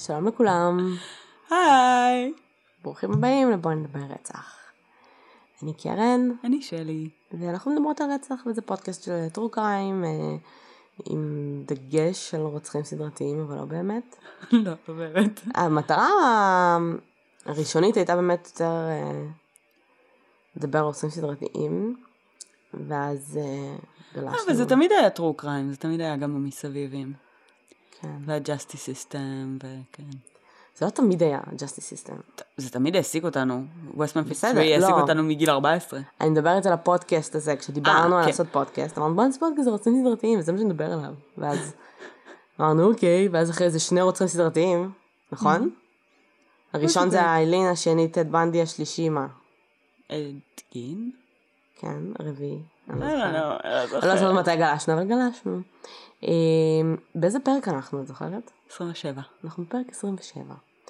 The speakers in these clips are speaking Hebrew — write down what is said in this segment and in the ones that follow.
שלום לכולם. היי. ברוכים הבאים לבוא נדבר רצח. אני קרן. אני שלי. ואנחנו מדברות על רצח, וזה פודקאסט של טרו קריים, עם דגש על רוצחים סדרתיים, אבל לא באמת. לא באמת. המטרה הראשונית הייתה באמת יותר לדבר על רוצחים סדרתיים, ואז גלשנו. אבל זה תמיד היה טרו קריים, זה תמיד היה גם המסביבים. כן. והג'סטי סיסטם, וכן. זה לא תמיד היה justice system. זה תמיד העסיק אותנו. ווסט ממפיס בסדר, 3 העסיק לא. אותנו מגיל 14. אני מדברת על הפודקאסט הזה, כשדיברנו על כן. לעשות פודקאסט, אמרנו בוא נעשה פודקאסט, זה רוצחים סדרתיים, וזה מה שנדבר עליו. ואז אמרנו אוקיי, ואז אחרי זה שני רוצחים סדרתיים, נכון? הראשון זה איילין, השני טד בנדי, השלישי מה? גין? כן, הרביעי. לא לא זוכרת מתי גלשנו, אבל גלשנו. באיזה פרק אנחנו, את זוכרת? 27. אנחנו בפרק 27.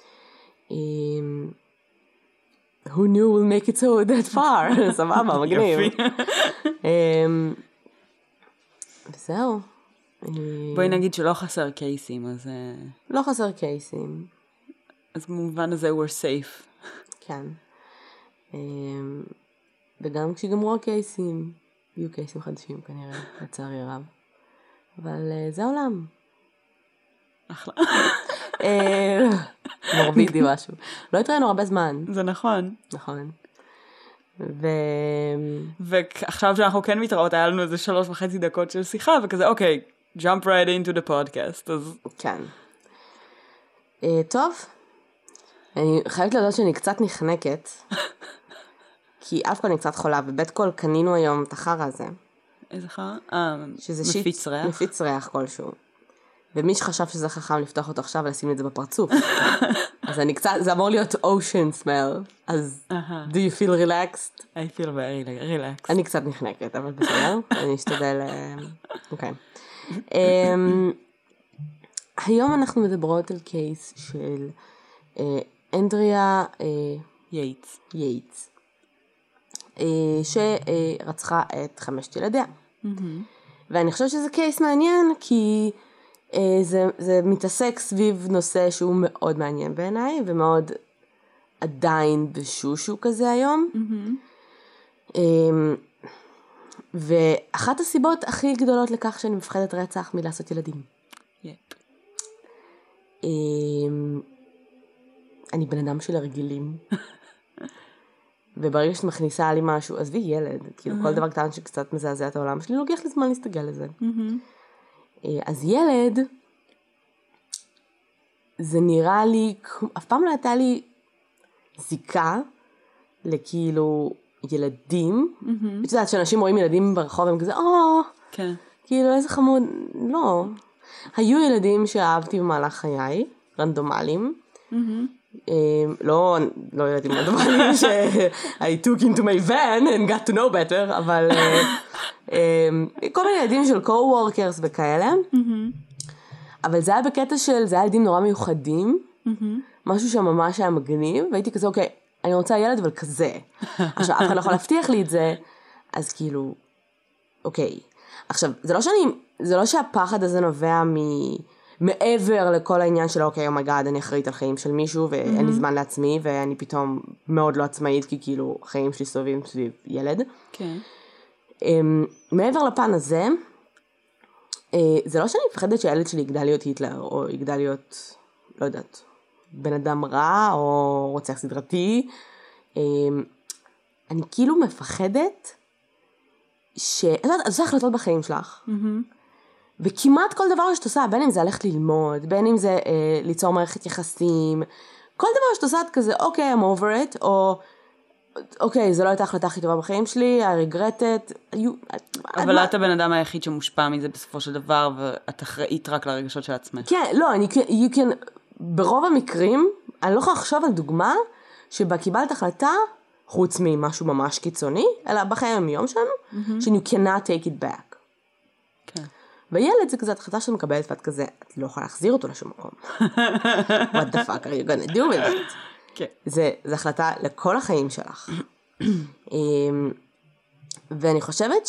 Who knew we'll make it so that far? סבבה, מגניב. וזהו. בואי נגיד שלא חסר קייסים, אז... לא חסר קייסים. אז במובן הזה we're safe. כן. וגם כשיגמרו הקייסים, יהיו קייסים חדשים כנראה, לצערי הרב. אבל זה העולם. אחלה. מורבידי משהו. לא התראינו הרבה זמן. זה נכון. נכון. ועכשיו שאנחנו כן מתראות, היה לנו איזה 3.5 דקות של שיחה, וכזה, אוקיי, jump right into the podcast, אז... כן. טוב. אני חייבת לדעת שאני קצת נחנקת, כי אף כל אני קצת חולה, ובית כל קנינו היום את החרא הזה. איזה חרא? שזה מפיץ ריח? מפיץ ריח כלשהו. ומי שחשב שזה חכם לפתוח אותו עכשיו ולשים את זה בפרצוף. אז אני קצת, זה אמור להיות ocean smell, אז do you feel relaxed? I feel very relaxed. אני קצת נחנקת, אבל בסדר, אני אשתדל, אוקיי. היום אנחנו מדברות על קייס של אנדריה יייטס, שרצחה את 5 ילדיה. ואני חושבת שזה קייס מעניין, כי זה מתעסק סביב נושא שהוא מאוד מעניין בעיניי, ומאוד עדיין בשושו כזה היום. ואחת הסיבות הכי גדולות לכך שאני מפחדת רצח מלעשות ילדים. אני בן אדם של הרגלים. וברגע שאת מכניסה לי משהו, עזבי ילד, כאילו כל דבר קטן שקצת מזעזע את העולם שלי, לוקח לי זמן להסתגל לזה. אז ילד, זה נראה לי, אף פעם לא הייתה לי זיקה לכאילו ילדים. את יודעת שאנשים רואים ילדים ברחוב והם כזה, כאילו איזה חמוד, לא. היו ילדים שאהבתי במהלך חיי, רנדומליים. לא ילדים רנדומליים I took into my van and got to know better, אבל כל מיני ילדים של co-workers וכאלה. אבל זה היה בקטע של, זה היה ילדים נורא מיוחדים, משהו שממש היה מגניב, והייתי כזה, אוקיי, אני רוצה ילד, אבל כזה. עכשיו, אף אחד לא יכול להבטיח לי את זה, אז כאילו, אוקיי. עכשיו, זה לא שהפחד הזה נובע מעבר לכל העניין של, אוקיי, אומייגאד, אני אחראית על חיים של מישהו, ואין לי זמן לעצמי, ואני פתאום מאוד לא עצמאית, כי כאילו, החיים שלי סובבים סביב ילד. כן. מעבר לפן הזה, זה לא שאני מפחדת שהילד שלי יגדל להיות היטלר, או יגדל להיות, לא יודעת, בן אדם רע, או רוצח סדרתי. אני כאילו מפחדת את יודעת, את עושה החלטות בחיים שלך. וכמעט כל דבר שאת עושה, בין אם זה ללכת ללמוד, בין אם זה ליצור מערכת יחסים, כל דבר שאת עושה את כזה, אוקיי, I'm over it, או אוקיי, זו לא הייתה ההחלטה הכי טובה בחיים שלי, I regret it. אבל את הבן אדם היחיד שמושפע מזה בסופו של דבר, ואת אחראית רק לרגשות של עצמך. כן, לא, ברוב המקרים, אני לא יכולה לחשוב על דוגמה, שבה קיבלת החלטה, חוץ ממשהו ממש קיצוני, אלא בחיים היום שלנו, you cannot take it back. כן. וילד זה כזה החלטה שאת מקבלת, ואת כזה, את לא יכולה להחזיר אותו לשום מקום. What the fuck are you gonna do with it? כן. זה החלטה לכל החיים שלך. ואני חושבת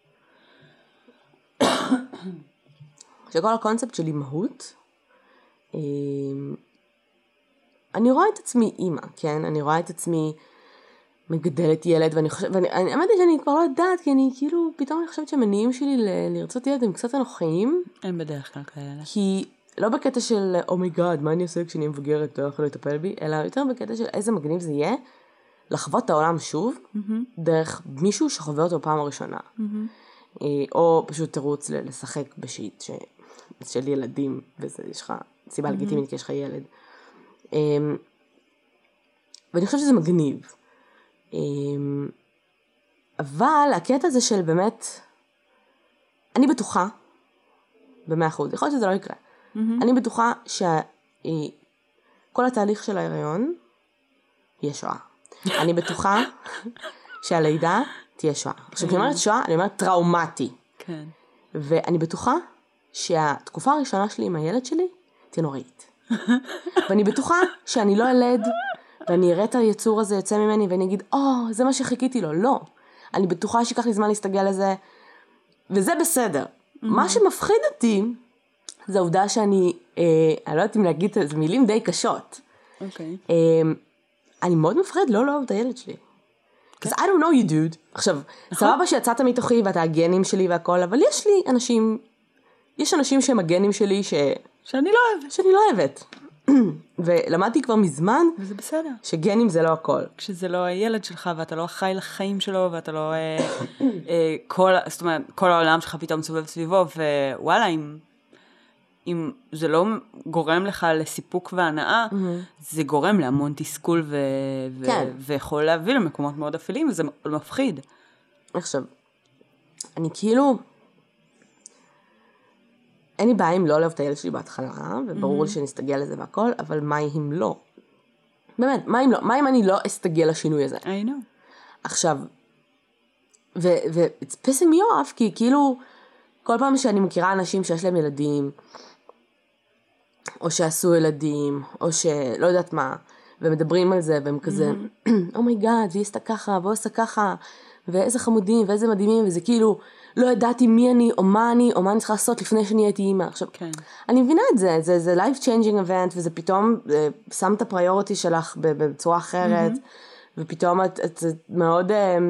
שכל הקונספט של אימהות, אני רואה את עצמי אימא, כן? אני רואה את עצמי מגדלת ילד, ואני אמרתי שאני כבר לא יודעת, כי אני כאילו, פתאום אני חושבת שהמניעים שלי לרצות ילד הם קצת אנוכיים. הם בדרך כלל כאלה. כי לא בקטע של, אומייגאד, מה אני אעשה כשאני מבוגרת, לא יכול לטפל בי, אלא יותר בקטע של איזה מגניב זה יהיה, לחוות את העולם שוב, דרך מישהו שחווה אותו פעם הראשונה. או פשוט תירוץ לשחק בשיט של ילדים, וזה יש לך סיבה לגיטימית כי יש לך ילד. ואני חושבת שזה מגניב. אבל הקטע הזה של באמת, אני בטוחה, ב100%, יכול להיות שזה לא יקרה, אני בטוחה שכל התהליך של ההיריון יהיה שואה. אני בטוחה שהלידה תהיה שואה. עכשיו, כשאני אומרת שואה, אני אומרת טראומטי. כן. ואני בטוחה שהתקופה הראשונה שלי עם הילד שלי תהיה נוראית. ואני בטוחה שאני לא ילד, ואני אראה את היצור הזה יוצא ממני, ואני אגיד, זה מה שחיכיתי לו. לא. אני בטוחה שיקח לי זמן להסתגל לזה, וזה בסדר. מה שמפחיד אותי, זה העובדה שאני, אני לא יודעת אם להגיד, זה מילים די קשות. אוקיי. אני מאוד מפחד לא לאהוב את הילד שלי. Because I don't know you dude. עכשיו, סבבה שיצאת מתוכי ואתה הגנים שלי והכל, אבל יש אנשים שהם הגנים שלי שאני לא אוהבת. שאני לא אוהבת. ולמדתי כבר מזמן, וזה בסדר. שגנים זה לא הכל. כשזה לא הילד שלך ואתה לא חי לחיים שלו ואתה לא, זאת אומרת, כל העולם שלך פתאום סובב סביבו, ווואלה, אם זה לא גורם לך לסיפוק והנאה, זה גורם להמון תסכול ויכול להביא למקומות מאוד אפלים, וזה מפחיד. עכשיו, אני כאילו, אין לי בעיה אם לא לאהוב את הילד שלי בהתחלה, וברור לי שנסתגל לזה והכל, אבל מה אם לא? באמת, מה אם לא? מה אם אני לא אסתגל לשינוי הזה? I know. עכשיו, it's pissing me off, כי כאילו, כל פעם שאני מכירה אנשים שיש להם ילדים, או שעשו ילדים, או שלא יודעת מה, ומדברים על זה, והם כזה, אומייגאד, והיא עשתה ככה, והוא עשה ככה, ואיזה חמודים, ואיזה מדהימים, וזה כאילו, לא ידעתי מי אני, או מה אני צריכה לעשות לפני שאני הייתי אימא. עכשיו, אני מבינה את זה, זה life changing event, וזה פתאום שם את הפריוריטי שלך בצורה אחרת, ופתאום את מאוד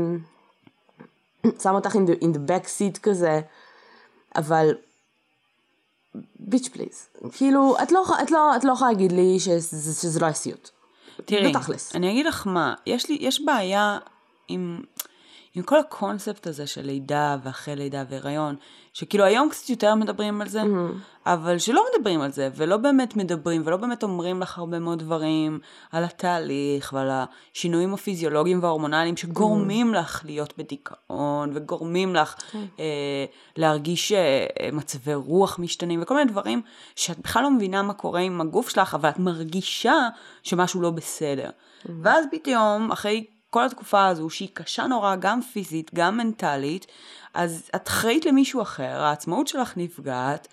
שם אותך in the back seat כזה, אבל ביץ' פליז, כאילו, את לא יכולה להגיד לי שזה לא הסיוט. תראי, אני אגיד לך מה, יש בעיה עם כל הקונספט הזה של לידה ואחרי לידה והיריון, שכאילו היום קצת יותר מדברים על זה, אבל שלא מדברים על זה, ולא באמת מדברים, ולא באמת אומרים לך הרבה מאוד דברים על התהליך, ועל השינויים הפיזיולוגיים וההורמונליים, שגורמים לך להיות בדיכאון, וגורמים לך להרגיש מצבי רוח משתנים, וכל מיני דברים שאת בכלל לא מבינה מה קורה עם הגוף שלך, אבל את מרגישה שמשהו לא בסדר. ואז פתאום, אחרי כל התקופה הזו, שהיא קשה נורא, גם פיזית, גם מנטלית, אז את אחראית למישהו אחר, העצמאות שלך נפגעת,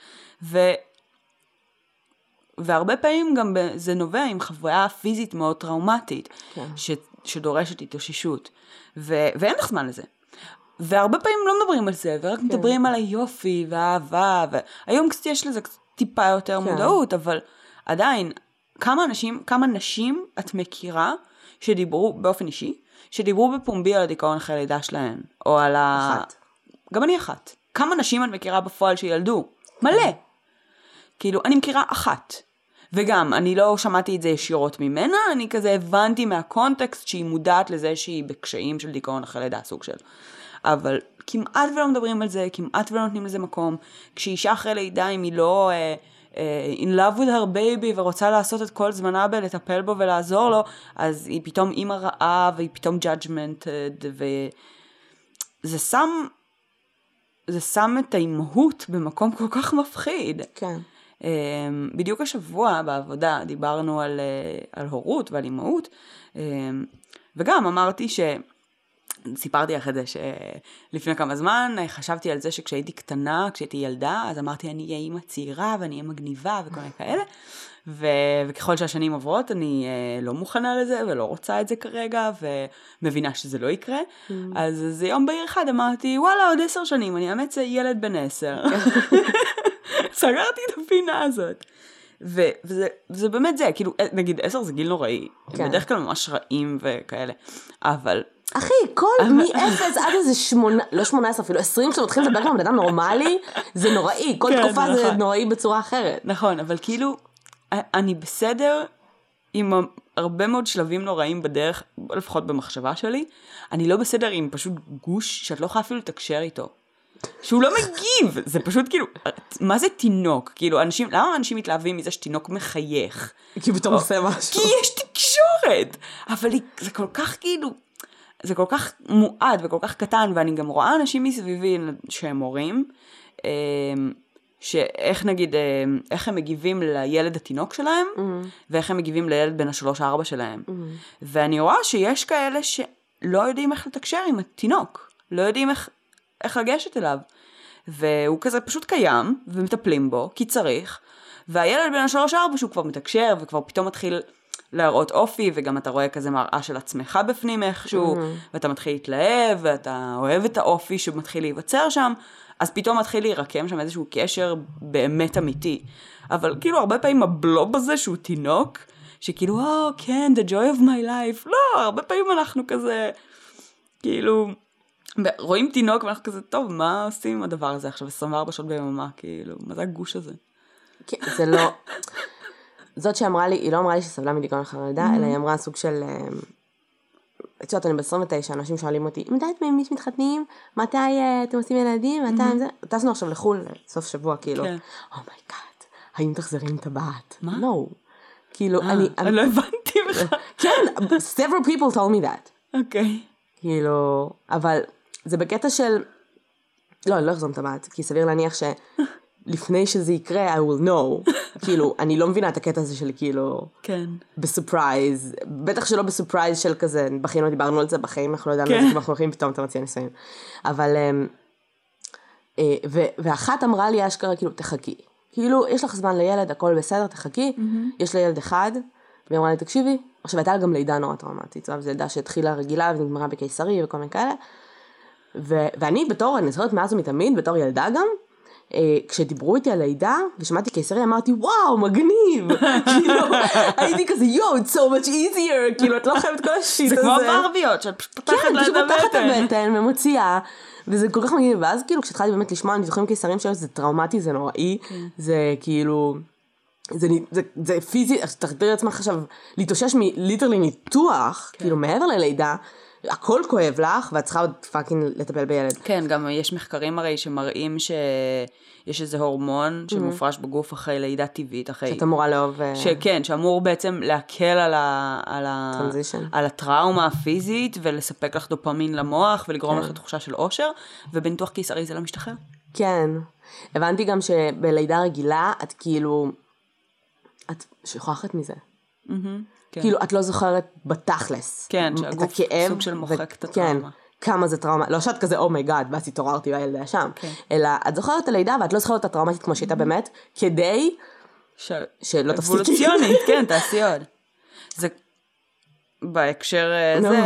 והרבה פעמים גם זה נובע עם חוויה פיזית מאוד טראומטית, שדורשת התאוששות, ואין לך זמן לזה. והרבה פעמים לא מדברים על זה, ורק מדברים על היופי והאהבה, והיום קצת יש לזה טיפה יותר מודעות, אבל עדיין, כמה נשים את מכירה שדיברו באופן אישי, שדיברו בפומבי על הדיכאון אחרי לידה שלהן, או על אחת. גם אני אחת. כמה נשים את מכירה בפועל שילדו? מלא. כאילו, אני מכירה אחת. וגם, אני לא שמעתי את זה ישירות ממנה, אני כזה הבנתי מהקונטקסט שהיא מודעת לזה שהיא בקשיים של דיכאון אחרי לידה, סוג של. אבל כמעט ולא מדברים על זה, כמעט ולא נותנים לזה מקום. כשאישה אחרי לידה, אם היא לא in love with her baby ורוצה לעשות את כל זמנה בלטפל בו ולעזור לו, אז היא פתאום אימא רעה והיא פתאום judgmented, וזה שם את האימהות במקום כל כך מפחיד. כן. בדיוק השבוע בעבודה דיברנו על הורות ועל אימהות, וגם אמרתי סיפרתי לך את זה שלפני כמה זמן חשבתי על זה שכשהייתי קטנה, כשהייתי ילדה, אז אמרתי אני אהיה אימא צעירה ואני אהיה מגניבה וכל מיני כאלה, וככל שהשנים עוברות אני לא מוכנה לזה ולא רוצה את זה כרגע, ומבינה שזה לא יקרה. אז זה יום בהיר אחד אמרתי וואלה, עוד 10 שנים אני אאמץ ילד בן 10. סגרתי את הפינה הזאת. וזה באמת זה, כאילו, נגיד 10 זה גיל נוראי, הם בדרך כלל ממש רעים וכאלה, אבל... אחי, כל מ-0 עד איזה 18, אפילו 20, כשאתה מתחיל לדבר עם בן אדם נורמלי, זה נוראי, כל תקופה זה נוראי בצורה אחרת. נכון, אבל כאילו, אני בסדר עם הרבה מאוד שלבים נוראים בדרך, לפחות במחשבה שלי, אני לא בסדר עם פשוט גוש שאת לא יכולה אפילו לתקשר איתו. שהוא לא מגיב, זה פשוט כאילו, מה זה תינוק? כאילו, למה אנשים מתלהבים מזה שתינוק מחייך? כי פתאום עושה משהו. כי יש תקשורת, אבל זה כל כך כאילו, זה כל כך מועד וכל כך קטן, ואני גם רואה אנשים מסביבי שהם הורים, שאיך נגיד, איך הם מגיבים לילד התינוק שלהם, ואיך הם מגיבים לילד בן 3-4 שלהם. ואני רואה שיש כאלה שלא יודעים איך לתקשר עם התינוק, לא יודעים איך לגשת אליו. והוא כזה פשוט קיים, ומטפלים בו, כי צריך, והילד בן 3-4 שהוא כבר מתקשר, וכבר פתאום מתחיל להראות אופי, וגם אתה רואה כזה מראה של עצמך בפנים איכשהו, ואתה מתחיל להתלהב, ואתה אוהב את האופי שמתחיל להיווצר שם, אז פתאום מתחיל להירקם שם איזשהו קשר באמת אמיתי. אבל כאילו הרבה פעמים הבלוב הזה שהוא תינוק, שכאילו, כן, the joy of my life, לא, הרבה פעמים אנחנו כזה, כאילו, רואים תינוק ואנחנו כזה, טוב, מה עושים עם הדבר הזה עכשיו 24 שעות ביממה, כאילו, מה זה הגוש הזה? כן, זה לא... זאת שאמרה לי, היא לא אמרה לי שסבלה מדיכאון אחרי לידה, אלא היא אמרה סוג של... את יודעת, אני ב-29, אנשים שואלים אותי, מתי אתם מתחתנים? מתי אתם עושים ילדים? מתי הם זה? טסנו עכשיו לחול, סוף שבוע, כאילו. אומייגאד, האם תחזרי עם טבעת? מה? לא. כאילו, אני לא הבנתי בכלל. כן, several people told me that. אוקיי. כאילו, אבל זה בקטע של... לא, אני לא אחזור עם טבעת, כי סביר להניח ש... לפני שזה יקרה, I will know. כאילו, אני לא מבינה את הקטע הזה של כאילו... כן. בסופרייז. בטח שלא בסופרייז של כזה, בחיים לא דיברנו על זה, בחיים אנחנו לא יודעים על זה, אנחנו הולכים פתאום אתה מציע ניסיון. אבל... ואחת אמרה לי אשכרה, כאילו, תחכי. כאילו, יש לך זמן לילד, הכל בסדר, תחכי. יש לה ילד אחד, והיא אמרה לי, תקשיבי. עכשיו, הייתה לה גם לידה נורא טראומטית. זו ילדה שהתחילה רגילה ונגמרה בקיסרי וכל מיני כאלה. ואני בתור, אני זוכרת מאז ומתמיד, בתור ילדה גם, כשדיברו איתי על לידה, ושמעתי קיסרי, אמרתי, וואו, מגניב! כאילו, הייתי כזה, it's so much easier, כאילו, את לא חייבת כל השיט הזה. זה כמו ברביות, שאת פשוט פותחת כן, פשוט פותחת את הבטן ומוציאה, וזה כל כך מגניב, ואז כאילו, כשהתחלתי באמת לשמוע, אני זוכרים קיסרים שלו, זה טראומטי, זה נוראי, זה כאילו, זה פיזי, תחתרי עצמך עכשיו, להתאושש ליטרלי ניתוח, כאילו, מעבר ללידה, הכל כואב לך, ואת צריכה עוד פאקינג לטפל בילד. כן, גם יש מחקרים הרי שמראים שיש איזה הורמון שמופרש בגוף אחרי לידה טבעית, שאת אמורה לאהוב... כן, שאמור בעצם להקל על הטראומה הפיזית, ולספק לך דופמין למוח, ולגרום לך תחושה של אושר, ובניתוח קיסרי זה לא משתחרר. כן. הבנתי גם שבלידה רגילה, את כאילו... את שוכחת מזה. כאילו, את לא זוכרת בתכלס. כן, שהגוף סוג של מוחק את הטראומה. כמה זה טראומה. לא שאת כזה, אומייגאד, ואז התעוררתי והילד היה שם. אלא, את זוכרת את הלידה, ואת לא זוכרת את הטראומטית כמו שהייתה באמת, כדי שלא תפסיקי. אבולוציונית, כן, תעשי עוד. זה, בהקשר הזה,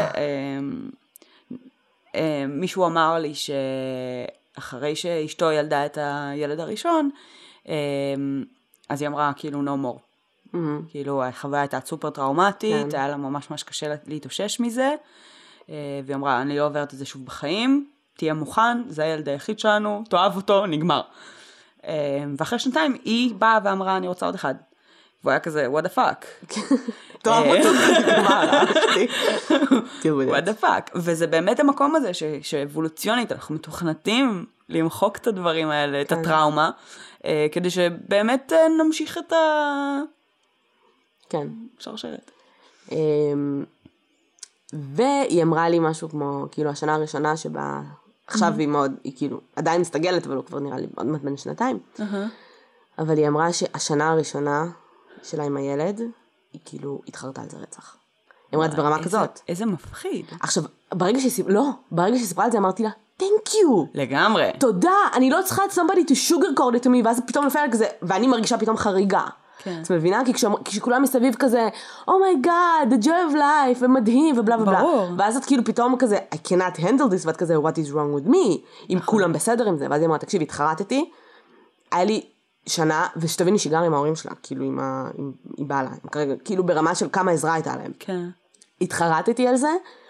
מישהו אמר לי שאחרי שאשתו ילדה את הילד הראשון, אז היא אמרה, כאילו, no more. כאילו, החוויה הייתה סופר טראומטית, היה לה ממש ממש קשה להתאושש מזה, והיא אמרה, אני לא עוברת את זה שוב בחיים, תהיה מוכן, זה הילד היחיד שלנו, תאהב אותו, נגמר. ואחרי 2 היא באה ואמרה, אני רוצה עוד אחד. והוא היה כזה, what the fuck. תאהב אותו, נגמר, what the fuck. וזה באמת המקום הזה, שאבולוציונית, אנחנו מתוכנתים למחוק את הדברים האלה, את הטראומה, כדי שבאמת נמשיך את כן. שרשרת. והיא אמרה לי משהו כמו, כאילו, השנה הראשונה שבה, עכשיו היא מאוד, היא כאילו, עדיין מסתגלת, אבל הוא כבר נראה לי עוד מעט בן 2. אבל היא אמרה שהשנה הראשונה שלה עם הילד, היא כאילו התחרתה על זה רצח. היא אמרה את זה ברמה כזאת. איזה מפחיד. עכשיו, ברגע שהיא סיפרה על זה, אמרתי לה, thank you. לגמרי. תודה, אני לא צריכה את somebody to sugarcoat it to me, ואז פתאום נופל כזה, ואני מרגישה פתאום חריגה. כן. את מבינה? כי כשכולם מסביב כזה, oh my god, the joy of life, ומדהים, ובלה ובלה. ברור. ואז את כאילו פתאום כזה, I cannot handle this, ואת כזה, what is wrong with me? אם כולם בסדר עם זה. ואז היא אמרה, תקשיב, התחרטתי, היה לי שנה, ושתביני שהיא גרה עם ההורים שלה, כאילו עם בעלה, כרגע, כאילו ברמה של כמה עזרה הייתה להם. כן. התחרטתי על זה,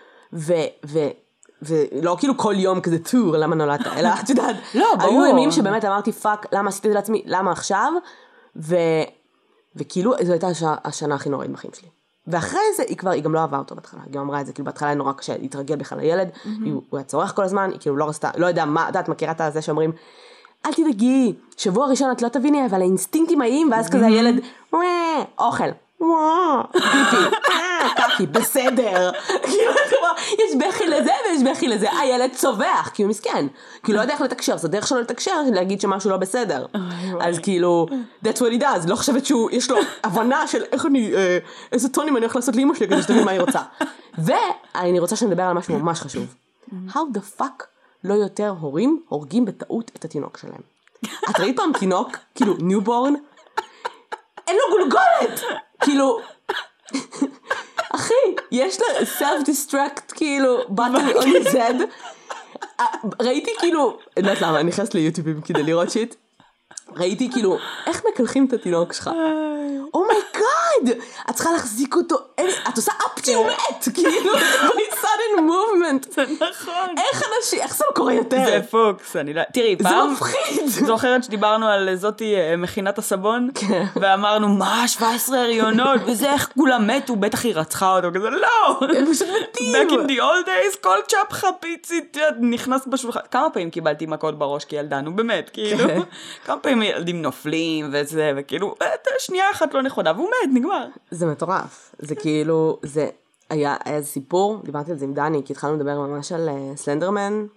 ולא כאילו כל יום כזה טור, למה נולדת, אלא את יודעת, לא, ברור. היו ימים שבאמת אמרתי פאק, למה עשיתי את זה לעצמי, למה עכשיו, וכאילו זו הייתה השנה הכי נוראית בחיים שלי. ואחרי זה היא גם לא אהבה אותו בהתחלה, היא גם אמרה את זה, כאילו בהתחלה היה נורא קשה להתרגל בכלל לילד, הוא היה צורך כל הזמן, היא כאילו לא רצתה, לא יודע מה, את מכירה את זה שאומרים, אל תדאגי, שבוע ראשון את לא תביני, אבל האינסטינקטים האיים, ואז כזה הילד, אוכל, פיפי, קקי, בסדר. יש בכי לזה ויש בכי לזה. הילד צובח, כי הוא מסכן. כי הוא לא יודע איך לתקשר, זה דרך שלו לתקשר, להגיד שמשהו לא בסדר. אז כאילו, that's what he does. לא חושבת שיש לו הבנה של איזה טונים אני הולך לעשות לאמא שלי, כדי שתבין מה היא רוצה. ואני רוצה שנדבר על משהו ממש חשוב. How the fuck לא יותר הורים הורגים בטעות את התינוק שלהם. את ראית פעם תינוק, כאילו ניובורן? אין לו גולגולת! כאילו, אחי, יש לה self-destruct, כאילו, button on his head. ראיתי כאילו, אני יודעת למה, אני נכנסת ליוטיובים כדי לראות שיט. ראיתי כאילו, איך מקלחים את התינוק שלך? אומייגאד! את צריכה להחזיק אותו, את עושה up to מת, כאילו, very sudden movement. זה נכון. איך זה לא קורה יותר? זה פוקס, אני לא... תראי, פעם... זה מפחיד. זוכרת שדיברנו על זאתי מכינת הסבון? כן. ואמרנו, מה, 17 הריונות, וזה איך כולם מתו, בטח היא רצחה אותו, כזה, לא! הם פשוט מתים. Back in the old days, כל צ'פחה פיצית נכנס בשולחן. כמה פעמים קיבלתי מכות בראש כילדנו, באמת, כאילו. כמה פעמים ילדים נופלים וזה, וכאילו, שנייה אחת לא נכונה, והוא מת, נגמר. זה מטורף. זה כאילו, זה היה איזה סיפור, דיברתי על זה עם דני, כי התחלנו לדבר ממש על סלנדרמן,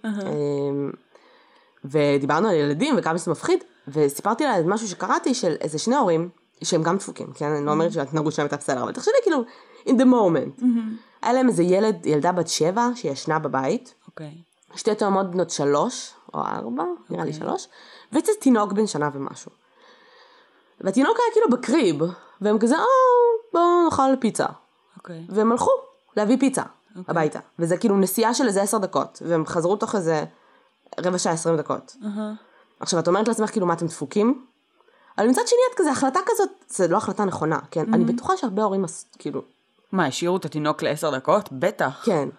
ודיברנו על ילדים וכמה זה מפחיד, וסיפרתי לה משהו שקראתי של איזה שני הורים, שהם גם דפוקים, כן? אני לא אומרת שהתנהגות שלהם הייתה בסדר, אבל תחשבי כאילו, in the moment. היה להם איזה ילדה בת 7 שישנה בבית, שתי תאומות בנות 3 או 4, נראה לי 3, ואצל תינוק בן שנה ומשהו. והתינוק היה כאילו בקריב, והם כזה, בואו נאכל פיצה. והם הלכו להביא פיצה הביתה. וזה כאילו נסיעה של איזה 10 דקות, והם חזרו תוך איזה רבע שעה 20 דקות. עכשיו, את אומרת לעצמך כאילו מה אתם דפוקים? אבל מצד שני את כזה, החלטה כזאת, זה לא החלטה נכונה, כן? אני בטוחה שהרבה הורים כאילו... מה, השאירו את התינוק ל10 דקות? בטח. כן.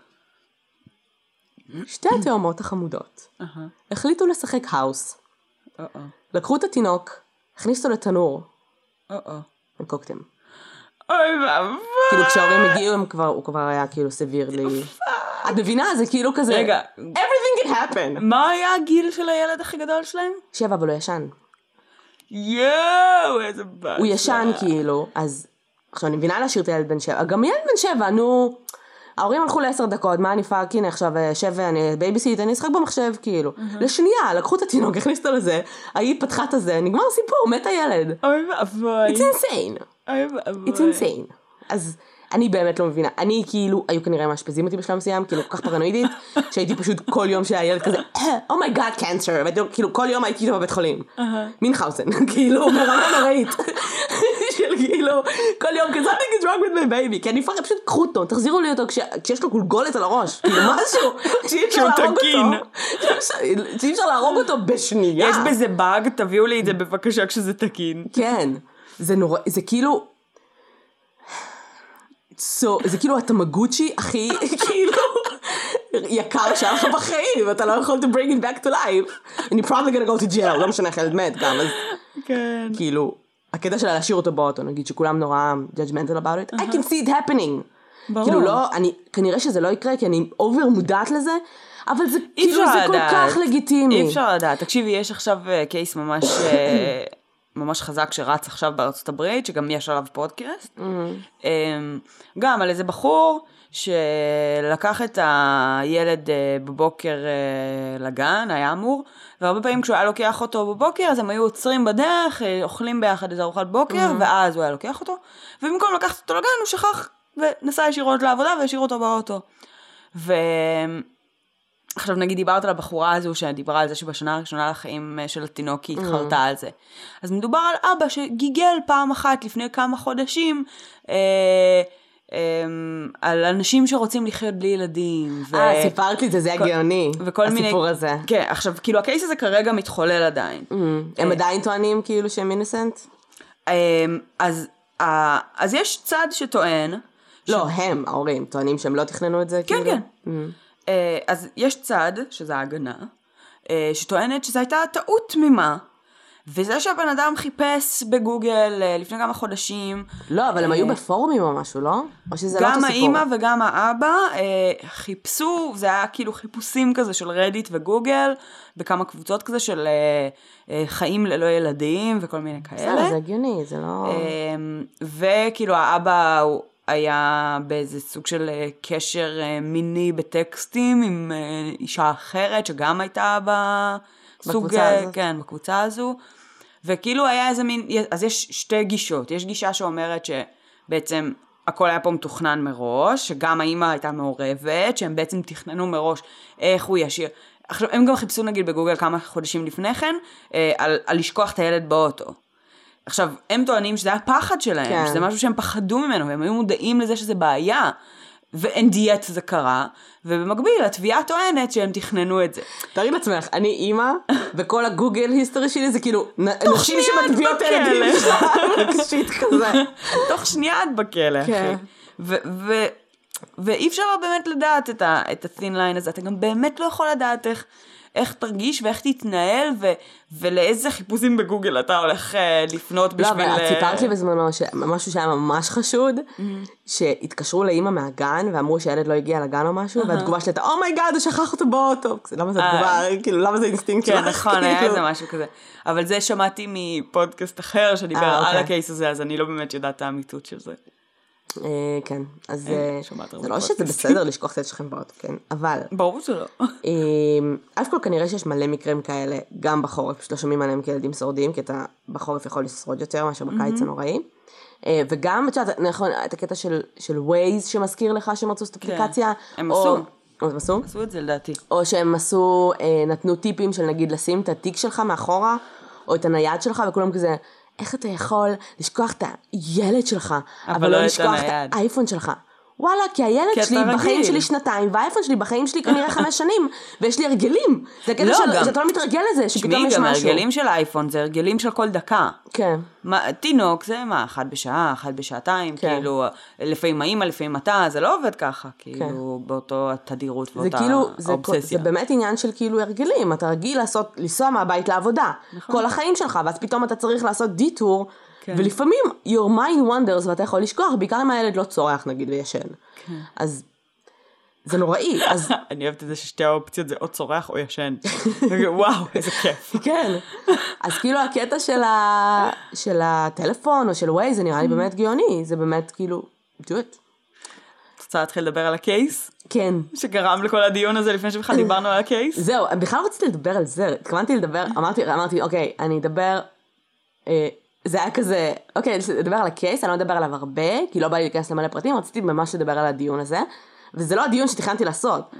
שתי התאומות החמודות החליטו לשחק האוס. לקחו את התינוק, הכניסו לתנור. וקוקתם. אוי ואבוי. כאילו כשההורים הגיעו, הוא כבר היה כאילו סביר לי. את מבינה? זה כאילו כזה. רגע. Everything can happen. מה היה הגיל של הילד הכי גדול שלהם? 7, אבל הוא ישן. יואו, איזה בעיה. הוא ישן כאילו, אז עכשיו אני מבינה להשאיר את הילד בן 7. גם ילד בן 7, נו... ההורים הלכו ל10 דקות, מה אני פאק, הנה עכשיו שב אני בייביסיט, אני אשחק במחשב, כאילו. לשנייה, לקחו את התינוק, הכניסו אותו לזה, היא פתחה את הזה, נגמר סיפור, מת הילד. אוי ואבוי. It's insane. אוי ואבוי. It's insane. אז אני באמת לא מבינה, אני כאילו, היו כנראה מאשפזים אותי בשלב מסוים, כאילו כל כך פרנואידית, שהייתי פשוט כל יום שהילד כזה, Oh my god, cancer, וכאילו כל יום הייתי איתו בבית חולים. מינכאוזן, כאילו, ברמה נוראית. של כאילו, כל יום, כי something is wrong with my baby, כי אני פשוט קחו אותו, תחזירו לי אותו כשיש לו גולגולת על הראש, כאילו משהו, שאי אפשר להרוג אותו. שאי אפשר להרוג אותו בשנייה. יש בזה באג, תביאו לי את זה בבקשה כשזה תקין. כן, זה נורא, זה כאילו, זה כאילו התמגוצ'י הכי, כאילו, יקר שלך בחיים, ואתה לא יכול to bring it back to life. And you're probably gonna go to jail, לא משנה איך ילד מת גם, אז כן. כאילו, הקטע שלה להשאיר אותו באוטו, נגיד שכולם נורא judgmental about it, I can see it happening. ברור. כאילו לא, כנראה שזה לא יקרה, כי אני over מודעת לזה, אבל זה כאילו זה כל כך לגיטימי. אי אפשר לדעת. תקשיבי, יש עכשיו קייס ממש חזק שרץ עכשיו בארצות הברית, שגם יש עליו פודקאסט. גם על איזה בחור שלקח את הילד בבוקר לגן, היה אמור, והרבה פעמים כשהוא היה לוקח אותו בבוקר, אז הם היו עוצרים בדרך, אוכלים ביחד איזה ארוחת בוקר, ואז הוא היה לוקח אותו, ובמקום לקחת אותו לגן, הוא שכח ונסע ישירות לעבודה והשאיר אותו באוטו. עכשיו נגיד דיברת על הבחורה הזו שדיברה על זה שבשנה הראשונה לחיים של התינוק היא התחרתה על זה. אז מדובר על אבא שגיגל פעם אחת לפני כמה חודשים על אנשים שרוצים לחיות בלי ילדים. סיפרת לי את זה, זה הגיוני, הסיפור הזה. כן, עכשיו, כאילו, הקייס הזה כרגע מתחולל עדיין. הם עדיין טוענים כאילו שהם אינסנט? אז יש צד שטוען... לא, הם, ההורים, טוענים שהם לא תכננו את זה? כן, כן. אז יש צד, שזה ההגנה, שטוענת שזו הייתה טעות תמימה, וזה שהבן אדם חיפש בגוגל לפני כמה חודשים. לא, אבל הם היו בפורומים או משהו, לא? או שזה לא אותו סיפור? גם האמא וגם האבא חיפשו, זה היה כאילו חיפושים כזה של רדיט וגוגל, בכמה קבוצות כזה של חיים ללא ילדים וכל מיני כאלה. זה הגיוני, זה לא... וכאילו האבא היה באיזה סוג של קשר מיני בטקסטים עם אישה אחרת שגם הייתה בסוג, כן, בקבוצה הזו. וכאילו היה איזה מין, אז יש שתי גישות. יש גישה שאומרת שבעצם הכל היה פה מתוכנן מראש, שגם האמא הייתה מעורבת, שהם בעצם תכננו מראש איך הוא ישיר. עכשיו, הם גם חיפשו נגיד בגוגל כמה חודשים לפני כן, על לשכוח את הילד באוטו. עכשיו, הם טוענים שזה היה פחד שלהם, כן. שזה משהו שהם פחדו ממנו, והם היו מודעים לזה שזה בעיה, ואין דיאט זה קרה, ובמקביל, התביעה טוענת שהם תכננו את זה. תראי לעצמך, אני אימא, וכל הגוגל היסטורי שלי זה כאילו, נשים שמטביעות ילדים קשית כזה. תוך שנייה את בכלא, אחי. ואי אפשר באמת לדעת את ה-thin line הזה, אתה גם באמת לא יכול לדעת איך תרגיש ואיך תתנהל, ולאיזה חיפושים בגוגל אתה הולך לפנות בשביל... לא, אבל את סיפרת לי בזמנו משהו שהיה ממש חשוד, שהתקשרו לאמא מהגן, ואמרו שהילד לא הגיע לגן או משהו, והתגובה שלי הייתה, אומייגאד, הוא שכח אותו באוטו. למה זה תגובה, כאילו, למה זה אינסטינקט שלך? כן, נכון, היה איזה משהו כזה. אבל זה שמעתי מפודקאסט אחר, שדיבר על הקייס הזה, אז אני לא באמת יודעת את האמיתות של זה. כן, אז זה לא שזה בסדר לשכוח את הילד שלכם באוטו, כן, אבל... ברור שלא. אף כל כנראה שיש מלא מקרים כאלה, גם בחורף, פשוט לא שומעים עליהם כילדים שורדים, כי אתה בחורף יכול לשרוד יותר מאשר בקיץ הנוראי. וגם, את יודעת, נכון, את הקטע של ווייז שמזכיר לך שהם רצו את אפליקציה. הם עשו. הם עשו? עשו את זה לדעתי. או שהם עשו, נתנו טיפים של נגיד לשים את התיק שלך מאחורה, או את הנייד שלך, וכולם כזה... איך אתה יכול לשכוח את הילד שלך, אבל לא לשכוח את האייפון שלך? וואלה, כי הילד שלי בחיים שלי 2, והאייפון שלי בחיים שלי כנראה 5 שנים, ויש לי הרגלים. זה קטע שאתה לא מתרגל לזה, שפתאום יש משהו. גם הרגלים של האייפון, זה הרגלים של כל דקה. כן. תינוק, זה מה, 1 בשעה, 1 בשעתיים, כאילו, לפעמים האמא, לפעמים אתה, זה לא עובד ככה, כאילו, באותו התדירות ואותה האובססיה. זה באמת עניין של כאילו הרגלים, אתה רגיל לנסוע מהבית לעבודה, כל החיים שלך, ואז פתאום אתה צריך לעשות דיטור, ולפעמים your mind wanders ואתה יכול לשכוח, בעיקר אם הילד לא צורח נגיד וישן. אז זה נוראי. אני אוהבת את זה ששתי האופציות זה או צורח או ישן. וואו, איזה כיף. כן. אז כאילו הקטע של הטלפון או של ווייז, זה נראה לי באמת גאוני. זה באמת כאילו, do it. רוצה להתחיל לדבר על הקייס? כן. שגרם לכל הדיון הזה לפני שבכלל דיברנו על הקייס? זהו, בכלל רציתי לדבר על זה. התכוונתי לדבר, אמרתי, אוקיי, אני אדבר... זה היה כזה, אוקיי, לדבר על הקייס, אני לא אדבר עליו הרבה, כי לא בא לי להיכנס למלא פרטים, רציתי ממש לדבר על הדיון הזה, וזה לא הדיון שתכננתי לעשות.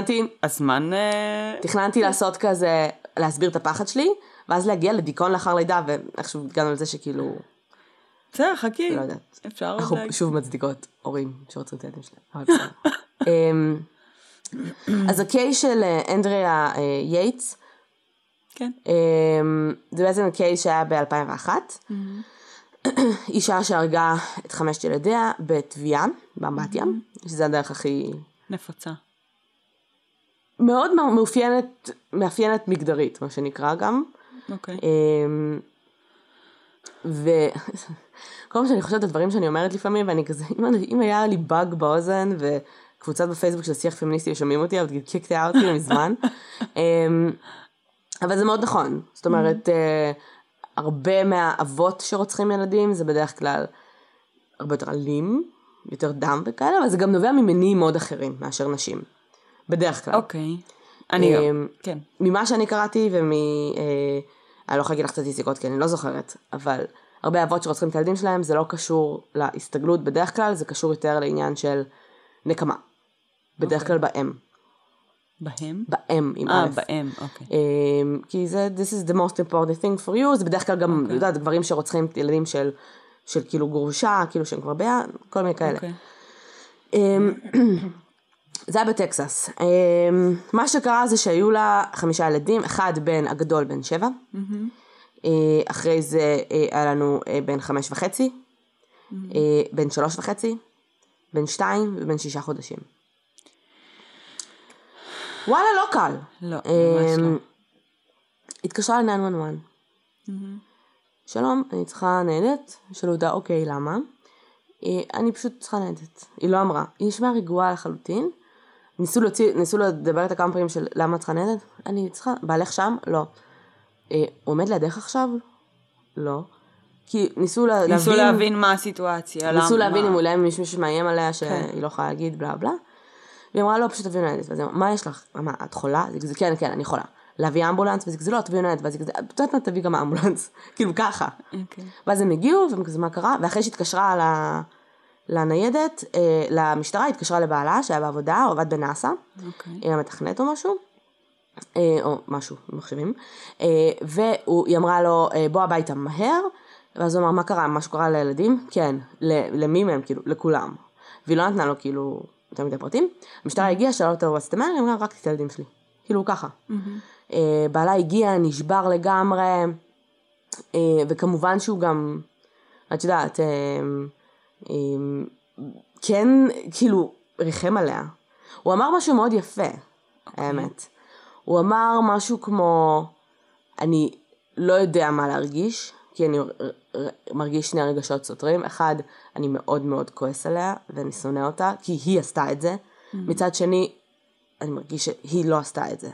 תכננתי לעשות כזה, להסביר את הפחד שלי, ואז להגיע לדיכאון לאחר לידה, ואיכשהו הגענו לזה שכאילו... בסדר, חכי. לא יודעת. אפשר אנחנו שוב מצדיקות הורים שרוצים את הילדים שלהם. אבל בסדר. אז הקייס של אנדריה יייטס, כן. זה בעצם קייס שהיה ב-2001. אישה שהרגה את 5 ילדיה בתביעה, באמבטיה, שזה הדרך הכי... נפוצה. מאוד מאפיינת מגדרית, מה שנקרא גם. אוקיי. וכל מה שאני חושבת, הדברים שאני אומרת לפעמים, ואני כזה, אם היה לי באג באוזן, וקבוצת בפייסבוק של שיח פמיניסטי ושומעים אותי, אבל קיקט out כאילו מזמן. אבל זה מאוד נכון. זאת אומרת, הרבה מהאבות שרוצחים ילדים, זה בדרך כלל הרבה יותר אלים, יותר דם וכאלה, אבל זה גם נובע ממניעים מאוד אחרים מאשר נשים. בדרך כלל. אוקיי. אני גם, כן. ממה שאני קראתי אני לא יכולה להגיד לך סטטיסטיקות, כי אני לא זוכרת, אבל הרבה אבות שרוצחים את הילדים שלהם, זה לא קשור להסתגלות בדרך כלל, זה קשור יותר לעניין של נקמה. בדרך כלל באם. בהם? בהם, עם א'. בהם, אוקיי. כי זה, this is the most important thing for you, זה בדרך כלל גם, יודעת, גברים שרוצחים ילדים של כאילו גרושה, כאילו שהם כבר ביד, כל מיני כאלה. זה היה בטקסס. מה שקרה זה שהיו לה 5 ילדים, אחד בן הגדול בן 7, אחרי זה היה לנו בן 5.5, בן 3.5, בן 2 ובן 6 חודשים. וואלה, לא קל. לא, ממש לא. התקשרה ל-911. שלום, אני צריכה ניידת. שאלו אותה, אוקיי, למה? אני פשוט צריכה ניידת. היא לא אמרה. היא נשמעה רגועה לחלוטין. ניסו לדבר את הכמה פעמים של למה צריכה ניידת? אני צריכה, בעלך שם? לא. הוא עומד לידך עכשיו? לא. כי ניסו להבין מה הסיטואציה. ניסו להבין אם אולי מישהו שמאיים עליה שהיא לא יכולה להגיד בלה בלה. והיא אמרה, לא, פשוט תביאו ניידת. ואז היא אמרה, מה יש לך? מה, את חולה? זה כן, כן, אני חולה. להביא אמבולנס, וזה כזה, לא, תביאו ניידת. ואז היא כזה, פתאום תביא גם אמבולנס. כאילו ככה. ואז הם הגיעו, וכזה, מה קרה? ואחרי שהתקשרה לניידת, למשטרה, התקשרה לבעלה, שהיה בעבודה, הוא עבד בנאסא. היא מתכנת או משהו. או משהו, מחשבים. והיא אמרה לו, בוא הביתה מהר. ואז הוא אמר, מה קרה? משהו קרה לילדים? כן. למי מהם? כאילו, לכולם. והיא לא נתנה לו, כאילו, יותר מדי פרטים. המשטרה הגיעה, שאלה אותו, ועשיתם מה? היא אמרה, רק את הילדים שלי. כאילו, ככה. בעלה הגיע, נשבר לגמרי, וכמובן שהוא גם, את יודעת, כן, כאילו, ריחם עליה. הוא אמר משהו מאוד יפה, האמת. הוא אמר משהו כמו, אני לא יודע מה להרגיש, כי אני מרגיש 2 רגשות סותרים. אחד, אני מאוד מאוד כועס עליה, ואני שונא אותה, כי היא עשתה את זה. מצד שני, אני מרגיש שהיא לא עשתה את זה.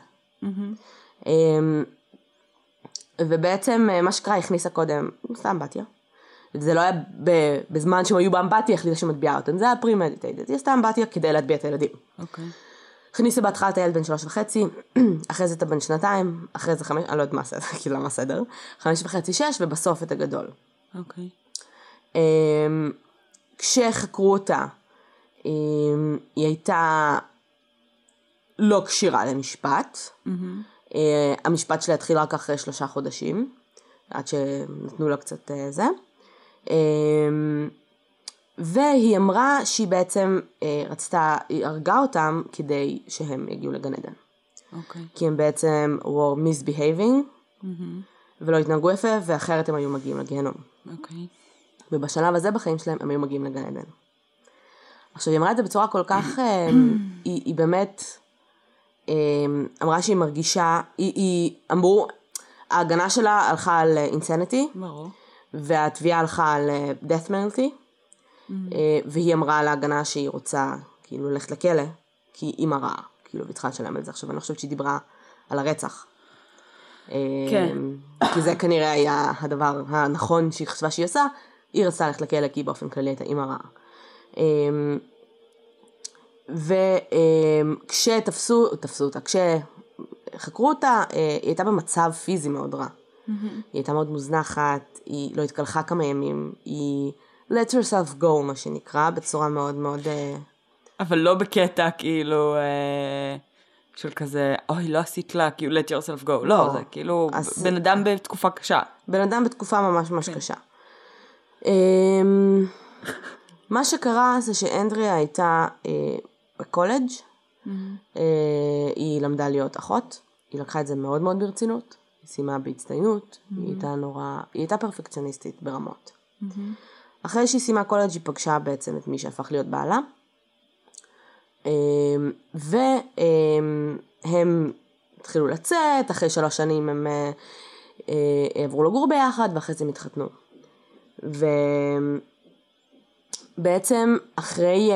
ובעצם מה שקרה הכניסה קודם, סתם אמבטיה. זה לא היה בזמן שהם היו באמבטיה, החליטה שמטביעה אותן. זה היה פרי-מדיטייטד. היא עשתה אמבטיה כדי להטביע את הילדים. הכניסה בהתחלה את הילד בן 3.5, אחרי זה את הבן 2, אחרי זה 5, אני לא יודעת מה הסדר, כאילו למה הסדר, 5.5, 6, ובסוף את הגדול. אוקיי. כשחקרו אותה, היא הייתה לא קשירה למשפט. המשפט שלה התחיל רק אחרי 3 חודשים, עד שנתנו לה קצת זה. והיא אמרה שהיא בעצם רצתה, היא הרגה אותם כדי שהם יגיעו לגן עדן. כי הם בעצם were misbehaving, ולא התנהגו יפה, ואחרת הם היו מגיעים לגיהנום. ובשלב הזה בחיים שלהם הם היו מגיעים לגן עדן. עכשיו היא אמרה את זה בצורה כל כך, היא באמת אמרה שהיא מרגישה, היא אמרו, ההגנה שלה הלכה על insanity, והתביעה הלכה על death penalty, והיא אמרה להגנה שהיא רוצה כאילו ללכת לכלא, כי היא מראה, כאילו והיא צריכה לשלם על זה. עכשיו אני חושבת שהיא דיברה על הרצח. כן. כי זה כנראה היה הדבר הנכון שהיא חשבה שהיא עושה, היא רצתה ללכת לכלא כי באופן כללי הייתה היא מראה. וכשתפסו אותה, כשחקרו אותה, היא הייתה במצב פיזי מאוד רע. היא הייתה מאוד מוזנחת, היא לא התקלחה כמה ימים, היא let yourself go, מה שנקרא, בצורה מאוד מאוד... אבל לא בקטע, כאילו, של כזה, אוי, לא עשית לה, כאילו, let yourself go. לא, זה כאילו, בן אדם בתקופה קשה. בן אדם בתקופה ממש ממש קשה. מה שקרה זה שאנדריה הייתה בקולג', היא למדה להיות אחות, היא לקחה את זה מאוד מאוד ברצינות, היא סיימה בהצטיינות, היא הייתה פרפקציוניסטית ברמות. אחרי שהיא סיימה קולג' היא פגשה בעצם את מי שהפך להיות בעלה, והם התחילו לצאת, אחרי 3 שנים הם עברו לגור ביחד, ואחרי זה הם התחתנו. ובעצם אחרי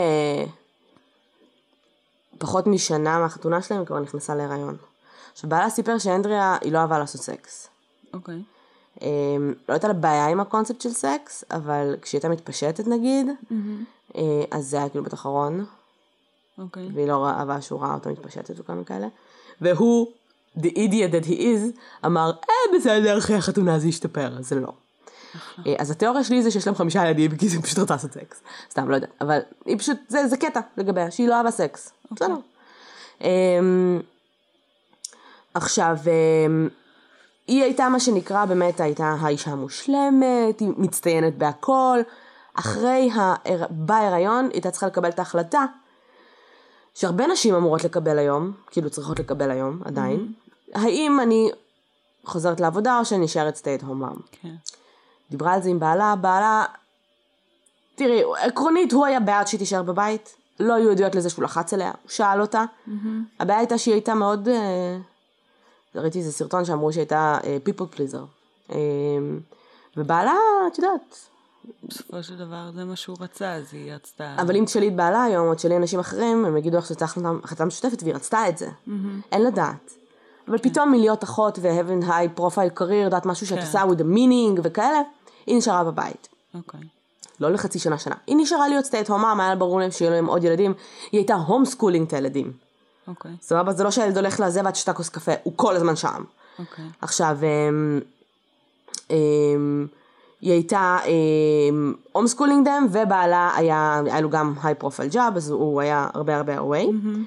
פחות משנה מהחתונה שלהם, כבר נכנסה להיריון. עכשיו בעלה סיפר שאנדריה היא לא אהבה לעשות סקס. אוקיי. לא הייתה לה בעיה עם הקונספט של סקס, אבל כשהיא הייתה מתפשטת נגיד, אז זה היה כאילו בתוך ארון. אוקיי. והיא לא אהבה שהוא ראה אותה מתפשטת וכמה כאלה. והוא, the idiot that he is, אמר, בסדר, אחרי החתונה זה ישתפר, זה לא. אז התיאוריה שלי זה שיש להם 5 ילדים, כי זה פשוט רוצה לעשות סקס. סתם, לא יודע. אבל היא פשוט, זה קטע לגביה, שהיא לא אהבה סקס. בסדר. עכשיו, היא הייתה מה שנקרא, באמת הייתה האישה המושלמת, היא מצטיינת בהכל, בהיריון, היא הייתה צריכה לקבל את ההחלטה, שהרבה נשים אמורות לקבל היום, כאילו צריכות לקבל היום, עדיין. האם אני חוזרת לעבודה, או שאני נשארת stay at home mom? כן. דיברה על זה עם בעלה, תראי, עקרונית הוא היה בעד שהיא תישאר בבית, לא היו עדויות לזה שהוא לחץ אליה, הוא שאל אותה, הבעיה הייתה שהיא הייתה מאוד, ראיתי איזה סרטון שאמרו שהיא הייתה people pleaser, ובעלה, את יודעת, בסופו של דבר זה מה שהוא רצה, אז היא רצתה. אבל אם תשאלי את בעלה היום, או תשאלי אנשים אחרים, הם יגידו לך שצריך החלטה משותפת, והיא רצתה את זה. אין לדעת. אבל פתאום מלהיות אחות ו-having high profile career, יודעת משהו שאת עושה with a meaning וכאלה, היא נשארה בבית. אוקיי. לא לחצי שנה. היא נשארה להיות stay at home mom, היה ברור להם שיהיו להם עוד ילדים. היא הייתה homeschooling את הילדים. אוקיי. סבבה, זה לא שהילד הולך לזה ואת שתה כוס קפה, הוא כל הזמן שם. אוקיי. עכשיו, היא הייתה הומסקולינג דם, ובעלה היה לו גם high profile job, אז הוא היה הרבה away.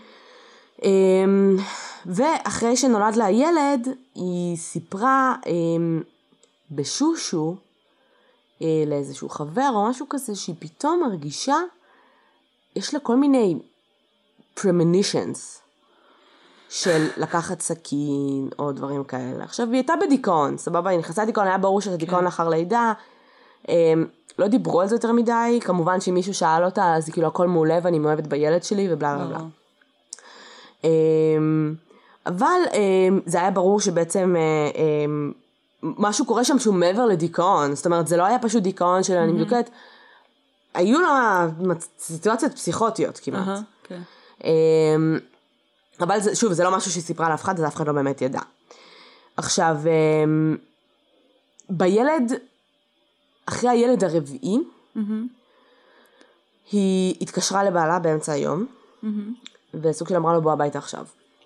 ואחרי שנולד לה ילד, היא סיפרה בשושו, לאיזשהו חבר או משהו כזה, שהיא פתאום מרגישה, יש לה כל מיני premonitions, של לקחת סכין או דברים כאלה. עכשיו היא הייתה בדיכאון, סבבה, היא נכנסה לדיכאון, היה ברור שזה דיכאון לאחר לידה, לא דיברו על זה יותר מדי, כמובן שמישהו שאל אותה, אז כאילו הכל מעולה ואני מאוהבת בילד שלי ובלה בלה בלה. אבל זה היה ברור שבעצם משהו קורה שם שהוא מעבר לדיכאון, זאת אומרת זה לא היה פשוט דיכאון של אני מדוקת, היו לה סיטואציות פסיכוטיות כמעט. אבל זה, שוב, זה לא משהו שהיא סיפרה לאף אחד, אז אף אחד לא באמת ידע. עכשיו, בילד, אחרי הילד הרביעי, היא התקשרה לבעלה באמצע היום, וסוג של אמרה לו בוא הביתה עכשיו.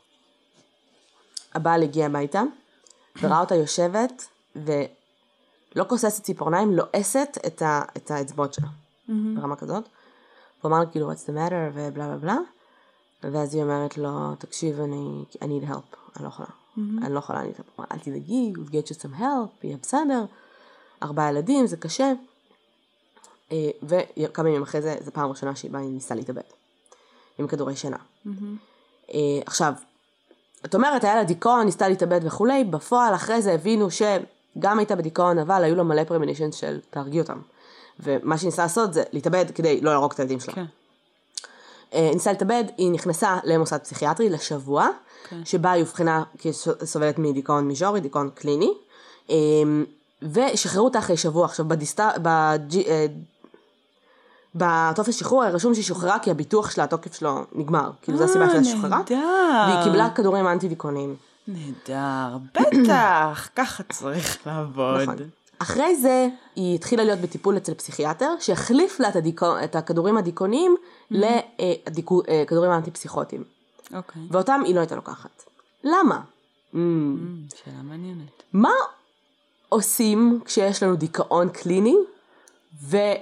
הבעל הגיע הביתה, וראה אותה יושבת, ולא כוססת ציפורניים, לועסת את האצבעות שלה, ברמה כזאת. הוא אמר לה כאילו, what's the matter, ובלה בלה בלה. ואז היא אומרת לו, תקשיב, I need help, אני לא יכולה. אני לא יכולה, אל תדאגי, we'll get you some help, יהיה בסדר. 4 ילדים, זה קשה. וכמה ימים אחרי זה, זו פעם ראשונה שהיא באה, היא ניסה להתאבד. עם כדורי שינה. עכשיו, את אומרת, היה לה דיכאון, ניסתה להתאבד וכולי, בפועל אחרי זה הבינו שגם הייתה בדיכאון, אבל היו לו מלא פרמינישן של תהרגי אותם. ומה שהיא ניסה לעשות זה להתאבד כדי לא להרוג את הילדים שלה. ניסה להתאבד, היא נכנסה למוסד פסיכיאטרי לשבוע, שבה היא הובחנה כסובלת מדיכאון מיז'ורי, דיכאון קליני, ושחררו אותה אחרי שבוע. עכשיו, בטופס שחרור היה רשום שהיא שוחררה, כי הביטוח שלה, התוקף שלו נגמר. כאילו, זו הסיבה שלה שוחררה. והיא קיבלה כדורים אנטי-דיכאונים. נהדר, בטח, ככה צריך לעבוד. נכון. אחרי זה, היא התחילה להיות בטיפול אצל פסיכיאטר, שהחליף לה את הכדורים הדיכאוניים לכדורים האנטי-פסיכוטיים. אוקיי. ואותם היא לא הייתה לוקחת. למה? שאלה מעניינת. מה עושים כשיש לנו דיכאון קליני וקאט?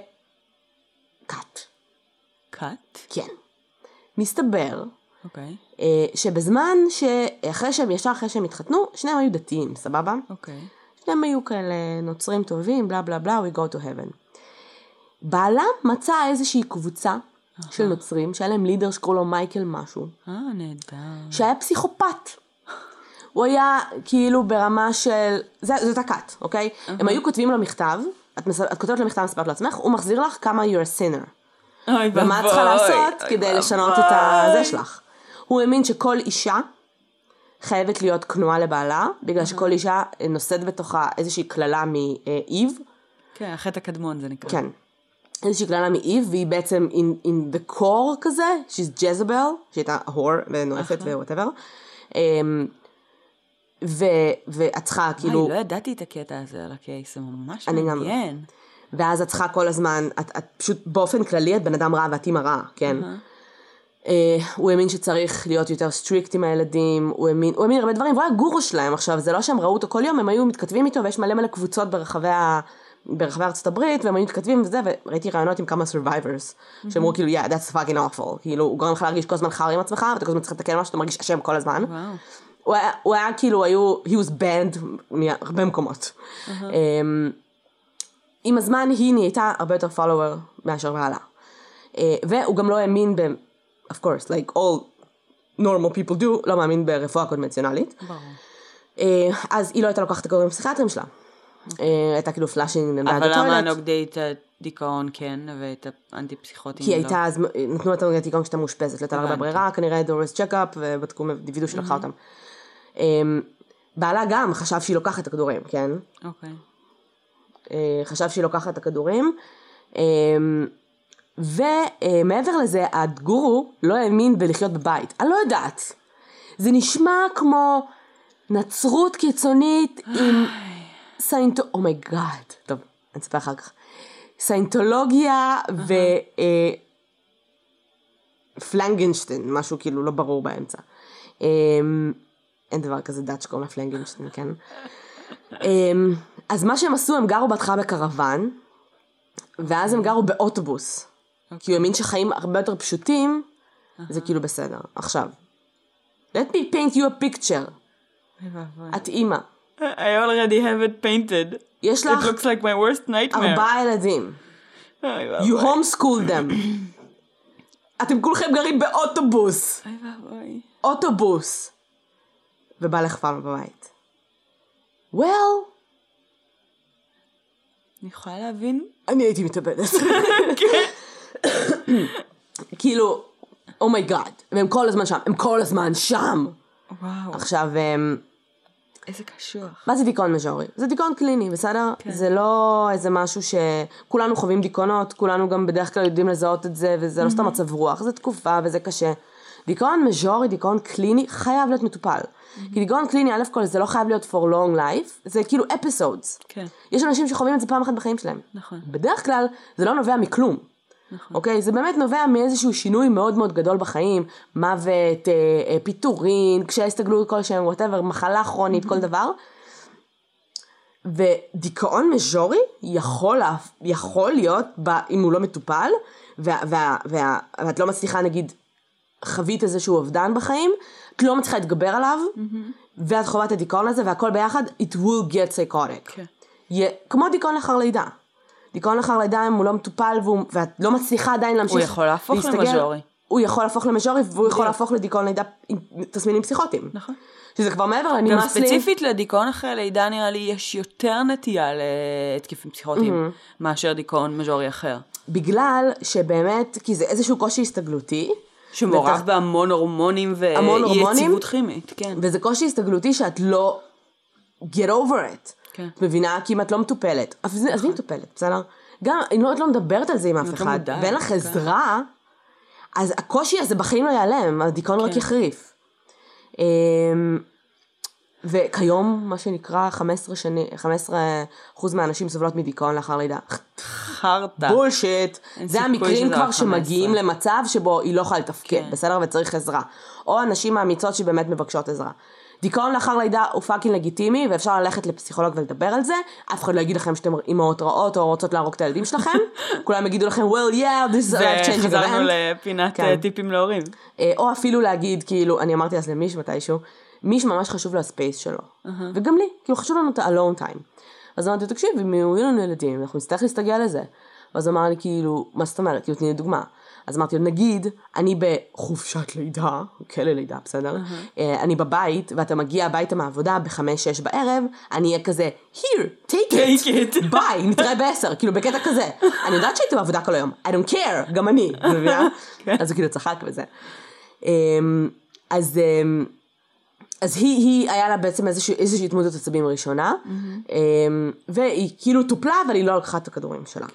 קאט? כן. מסתבר אוקיי. שבזמן ישר אחרי שהם התחתנו, שניהם היו דתיים, סבבה? אוקיי. שניהם היו כאלה נוצרים טובים, בלה בלה בלה, we go to heaven. בעלה מצא איזושהי קבוצה של נוצרים, שהיה להם לידר שקראו לו מייקל משהו. נהדר. שהיה פסיכופת. הוא היה כאילו ברמה של, זאת הקאט, אוקיי? הם היו כותבים לו מכתב, את כותבת לו מכתב מספרת לעצמך, הוא מחזיר לך כמה you're a sinner. ומה את צריכה לעשות כדי לשנות את הזה שלך. הוא האמין שכל אישה חייבת להיות כנועה לבעלה, בגלל שכל אישה נושאת בתוכה איזושהי כללה מאיב. כן, החטא הקדמון זה נקרא. כן. איזושהי כללה מאיב, והיא בעצם in the core כזה, she's Jezebel, שהייתה whore ונואפת ו-whatever. ואת צריכה כאילו... לא ידעתי את הקטע הזה על הקייס, זה ממש מעניין. ואז את צריכה כל הזמן, את פשוט באופן כללי, את בן אדם רע ואת אימא רע, כן? הוא האמין שצריך להיות יותר סטריקט עם הילדים, הוא האמין הרבה דברים, והוא היה גורו שלהם. עכשיו, זה לא שהם ראו אותו כל יום, הם היו מתכתבים איתו, ויש מלא קבוצות ברחבי ארצות הברית, והם היו מתכתבים וזה, וראיתי רעיונות עם כמה survivors, שאמרו כאילו, yeah, that's fucking awful, כאילו, הוא גורם לך להרגיש כל הזמן חר עם עצמך, ואתה כל הזמן צריך לתקן משהו, אתה מרגיש אשם כל הזמן. הוא היה כאילו, he was banned מהרבה מקומות. עם הזמן היא נהייתה הרבה יותר פולוור מאשר בעלה. והוא גם לא האמין of course, like all normal people do, לא מאמין ברפואה קונבנציונלית. ברור. אז היא לא הייתה לוקחת את הכדורים הפסיכיאטריים שלה. הייתה כאילו פלאשינג ליד הטוילט. אבל למה הטוילט. נוגדי את הדיכאון כן, ואת האנטי-פסיכוטיים כי לא? הייתה, אז נתנו את נוגדי דיכאון כשאתה מאושפזת, הייתה לה הרבה ברירה, כנראה דורס צ'קאפ, ובדקו, דיווידו שלקחה אותם. בעלה גם חשב שהיא לוקחת את הכדורים, כן? אוקיי. חשב שהיא לוקחת את הכדורים, ומעבר לזה, הגורו לא האמין בלחיות בבית. אני לא יודעת. זה נשמע כמו נצרות קיצונית עם אומייגאד. טוב, אני אספר אחר כך. סיינטולוגיה ופלנגנשטיין, משהו כאילו לא ברור באמצע. אין דבר כזה דת שקוראים לה פלנגנשטיין, כן? אז מה שהם עשו, הם גרו בהתחלה בקרוון, ואז הם גרו באוטובוס. כי הוא האמין שחיים הרבה יותר פשוטים, זה כאילו בסדר. עכשיו, let me paint you a picture. את אימא. I already have it painted. יש לך It looks like my worst nightmare. 4 ילדים. You homeschool them. אתם כולכם גרים באוטובוס. אוטובוס. ובא לך פעם בבית. Well. אני יכולה להבין? אני הייתי מתאבדת. כאילו, אומייגאד. והם כל הזמן שם. הם כל הזמן שם. וואו. עכשיו, איזה קשוח. מה זה דיכאון מז'ורי? זה דיכאון קליני, בסדר? כן. זה לא איזה משהו שכולנו חווים דיכאונות, כולנו גם בדרך כלל יודעים לזהות את זה, וזה לא סתם מצב רוח, זה תקופה וזה קשה. דיכאון מז'ורי, דיכאון קליני, חייב להיות מטופל. כי דיכאון קליני, א' כל, זה לא חייב להיות for long life, זה כאילו episodes. כן. יש אנשים שחווים את זה פעם אחת בחיים שלהם. נכון. בדרך כלל, זה לא נובע מכלום. נכון. אוקיי? זה באמת נובע מאיזשהו שינוי מאוד מאוד גדול בחיים, מוות, פיטורין, קשיי הסתגלות כלשהם, whatever, מחלה כרונית, כל דבר. ודיכאון מז'ורי יכול להיות, אם הוא לא מטופל, ואת לא מצליחה, נגיד, חווית איזשהו אובדן בחיים, את לא מצליחה להתגבר עליו, ואת חוות את הדיכאון הזה, והכל ביחד, it will get psychotic. כמו דיכאון לאחר לידה. דיכאון לאחר לידה, אם הוא לא מטופל, ואת לא מצליחה עדיין להמשיך להסתגל. הוא יכול להפוך למז'ורי. הוא יכול להפוך למז'ורי, והוא יכול להפוך לדיכאון לידה עם תסמינים פסיכוטיים. נכון. שזה כבר מעבר, אני גם נמאס לי. ספציפית לדיכאון אחרי לידה, נראה לי, יש יותר נטייה להתקפים פסיכוטיים, מאשר דיכאון מז'ורי אחר. בגלל שבאמת, כי זה איזשהו קושי הסתגלותי. שמעורב בהמון הורמונים ויציבות כימית, כן. וזה קושי הסתגלותי שאת לא get over it. כן. את מבינה? כי אם את לא מטופלת. אז היא מטופלת, בסדר? גם, אם את לא מדברת על זה עם אף אחד, ואין לך עזרה, אז הקושי הזה בחיים לא ייעלם, הדיכאון רק יחריף. וכיום, מה שנקרא, 15% מהאנשים סובלות מדיכאון לאחר לידה. חרטה. בולשיט. זה המקרים כבר שמגיעים למצב שבו היא לא יכולה לתפקד, בסדר? וצריך עזרה. או אנשים האמיצות שבאמת מבקשות עזרה. דיכאון לאחר לידה הוא פאקינג לגיטימי, ואפשר ללכת לפסיכולוג ולדבר על זה. אף אחד לא יגיד לכם שאתם אימהות רעות, או רוצות להרוג את הילדים שלכם. כולם יגידו לכם, well, yeah, this is a life changing event. וחזרנו לפינת טיפים להורים. או אפילו להגיד, כאילו, אני אמרתי אז למיש מתישהו, מיש ממש חשוב לו הספייס שלו. וגם לי, כאילו חשוב לנו את ה-alone time. אז אמרתי, תקשיב, אם יהיו לנו ילדים, אנחנו נצטרך להסתגל לזה. ואז אמר לי, כאילו, מה זאת אומרת? כאילו, תני לי דוגמה. אז אמרתי, נגיד, אני בחופשת לידה, כלא לידה, בסדר? אני בבית, ואתה מגיע הביתה מהעבודה ב5-6 בערב, אני אהיה כזה, here, take it, ביי, נתראה ב10, כאילו בקטע כזה. אני יודעת שהייתי בעבודה כל היום, I don't care, גם אני, זה מבינה? אז הוא כאילו צחק וזה. אז היא היה לה בעצם איזושהי התמודדות עצבים ראשונה, והיא כאילו טופלה, אבל היא לא לקחה את הכדורים שלה.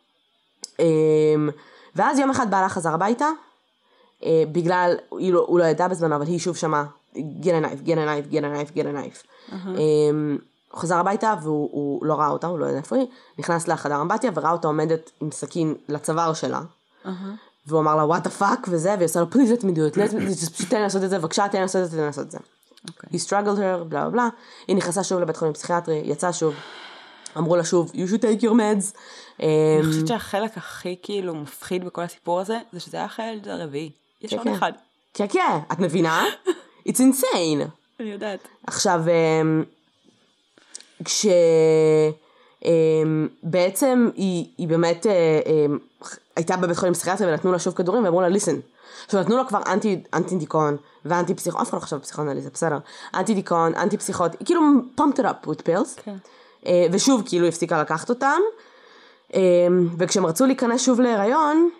ואז יום אחד בעלה חזר הביתה, בגלל, הוא לא ידע בזמנו, אבל היא שוב שמה, get a knife. הוא חזר הביתה, והוא לא ראה אותה, הוא לא יודע איפה היא, נכנס לחדר אמבטיה, וראה אותה עומדת עם סכין לצוואר שלה, והוא אמר לה, what the fuck, וזה, והיא עושה לו, please let me do it, פשוט תן לי לעשות את זה, בבקשה, תן לי לעשות את זה. He struggled her, בלה בלה, היא נכנסה שוב לבית חולים פסיכיאטרי, יצאה שוב, אמרו לה שוב, you should take your meds. אני חושבת שהחלק הכי כאילו מפחיד בכל הסיפור הזה, זה שזה היה החלק הרביעי. יש עוד אחד. כן, את מבינה? It's insane. אני יודעת. עכשיו, בעצם היא באמת הייתה בבית חולים פסיכיאטרי ונתנו לה שוב כדורים ואמרו לה listen. עכשיו נתנו לה כבר אנטי דיכאון ואנטי פסיכון, אף אחד לא חשב פסיכונליזה, בסדר. אנטי דיכאון, אנטי פסיכות, כאילו pumped it up with pills. כן. ושוב כאילו היא הפסיקה לקחת אותם. וכשהם רצו להיכנס שוב להיריון,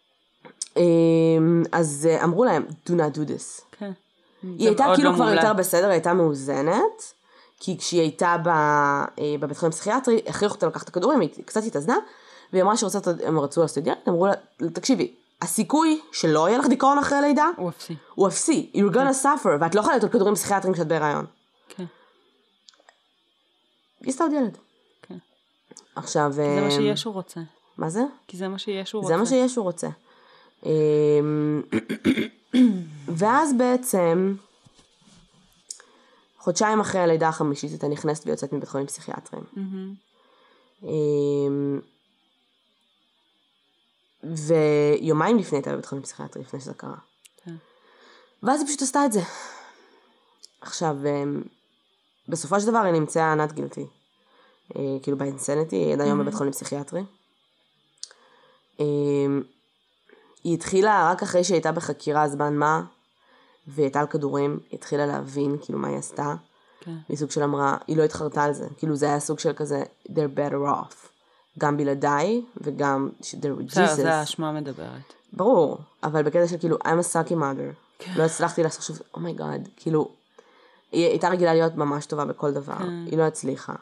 אז אמרו להם do not do this. כן. היא הייתה כאילו כבר יותר בסדר, היא הייתה מאוזנת. כי כשהיא הייתה בבית חולים פסיכיאטרי, הכריחו אותה לקחת את הכדורים, היא קצת התאזנה, והיא אמרה שהם רצו לעשות דיאט, אמרו לה, תקשיבי, הסיכוי שלא יהיה לך דיכאון אחרי הלידה, הוא אפסי. You're gonna suffer, ואת לא יכולה לתת כדורים פסיכיאטריים כשאת בהיריון. כן. היא עשתה עוד ילד. כן. עכשיו... זה מה שישו רוצה. מה זה? כי זה מה שישו רוצה. זה מה שישו רוצה. ואז בעצם... חודשיים אחרי הלידה החמישית, אתה נכנסת ויוצאת מבית חולים פסיכיאטריים. ויומיים לפני הייתה בבית חולים פסיכיאטרי, לפני שזה קרה. ואז היא פשוט עשתה את זה. עכשיו, בסופו של דבר היא נמצאה ענת גילתי. כאילו באינסניטי, היא עד היום בבית חולים פסיכיאטרי. היא התחילה רק אחרי שהיא הייתה בחקירה זמן מה, והיא הייתה על כדורים, היא התחילה להבין כאילו מה היא עשתה, והיא סוג של אמרה, היא לא התחרתה על זה, כאילו זה היה סוג של כזה, they're better off, גם בלעדיי, וגם they're Jesus. זה האשמה מדברת. ברור, אבל בקטע של כאילו, I'm a sucky mother, לא הצלחתי לעשות שוב, oh my god, כאילו, היא הייתה רגילה להיות ממש טובה בכל דבר, היא לא הצליחה.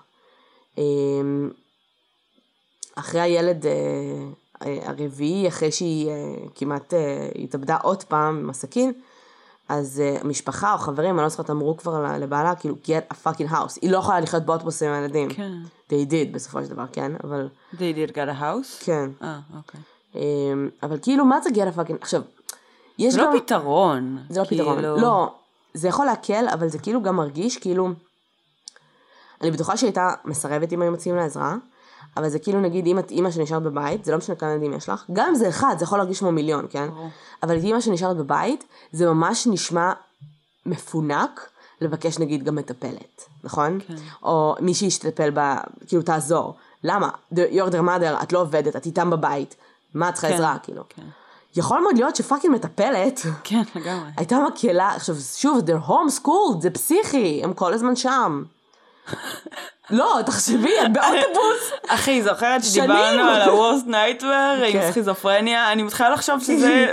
אחרי הילד הרביעי, אחרי שהיא כמעט התאבדה עוד פעם עם הסכין, אז המשפחה או חברים, אני לא זוכרת, אמרו כבר לבעלה, כאילו, get a fucking house. היא לא יכולה לחיות באוטובוס עם הילדים. כן. They did, בסופו של דבר, כן, אבל... They did get a house? כן. אוקיי. אבל כאילו, מה זה get a fucking... עכשיו, יש זה גם... לא פתרון. זה לא פתרון. לא, זה יכול להקל, אבל זה כאילו גם מרגיש, כאילו... אני בטוחה שהייתה מסרבת אם היו מציעים לה עזרה, אבל זה כאילו נגיד, אם את אימא שנשארת בבית, זה לא משנה כמה ילדים יש לך, גם אם זה אחד, זה יכול להרגיש כמו מיליון, כן? אבל אימא שנשארת בבית, זה ממש נשמע מפונק, לבקש נגיד גם מטפלת, נכון? כן. או מישהי שתטפל בה, כאילו תעזור. למה? You're their mother, את לא עובדת, את איתם בבית, מה את צריכה עזרה, כאילו? כן. יכול מאוד להיות שפאקינג מטפלת, כן, לגמרי. הייתה מקלה, עכשיו שוב, they're homeschooled, זה פסיכי, הם כל הזמן שם. לא, תחשבי, את באוטובוס. אחי, זוכרת שדיברנו על ה-worst nightmare עם סכיזופרניה, אני מתחילה לחשוב שזה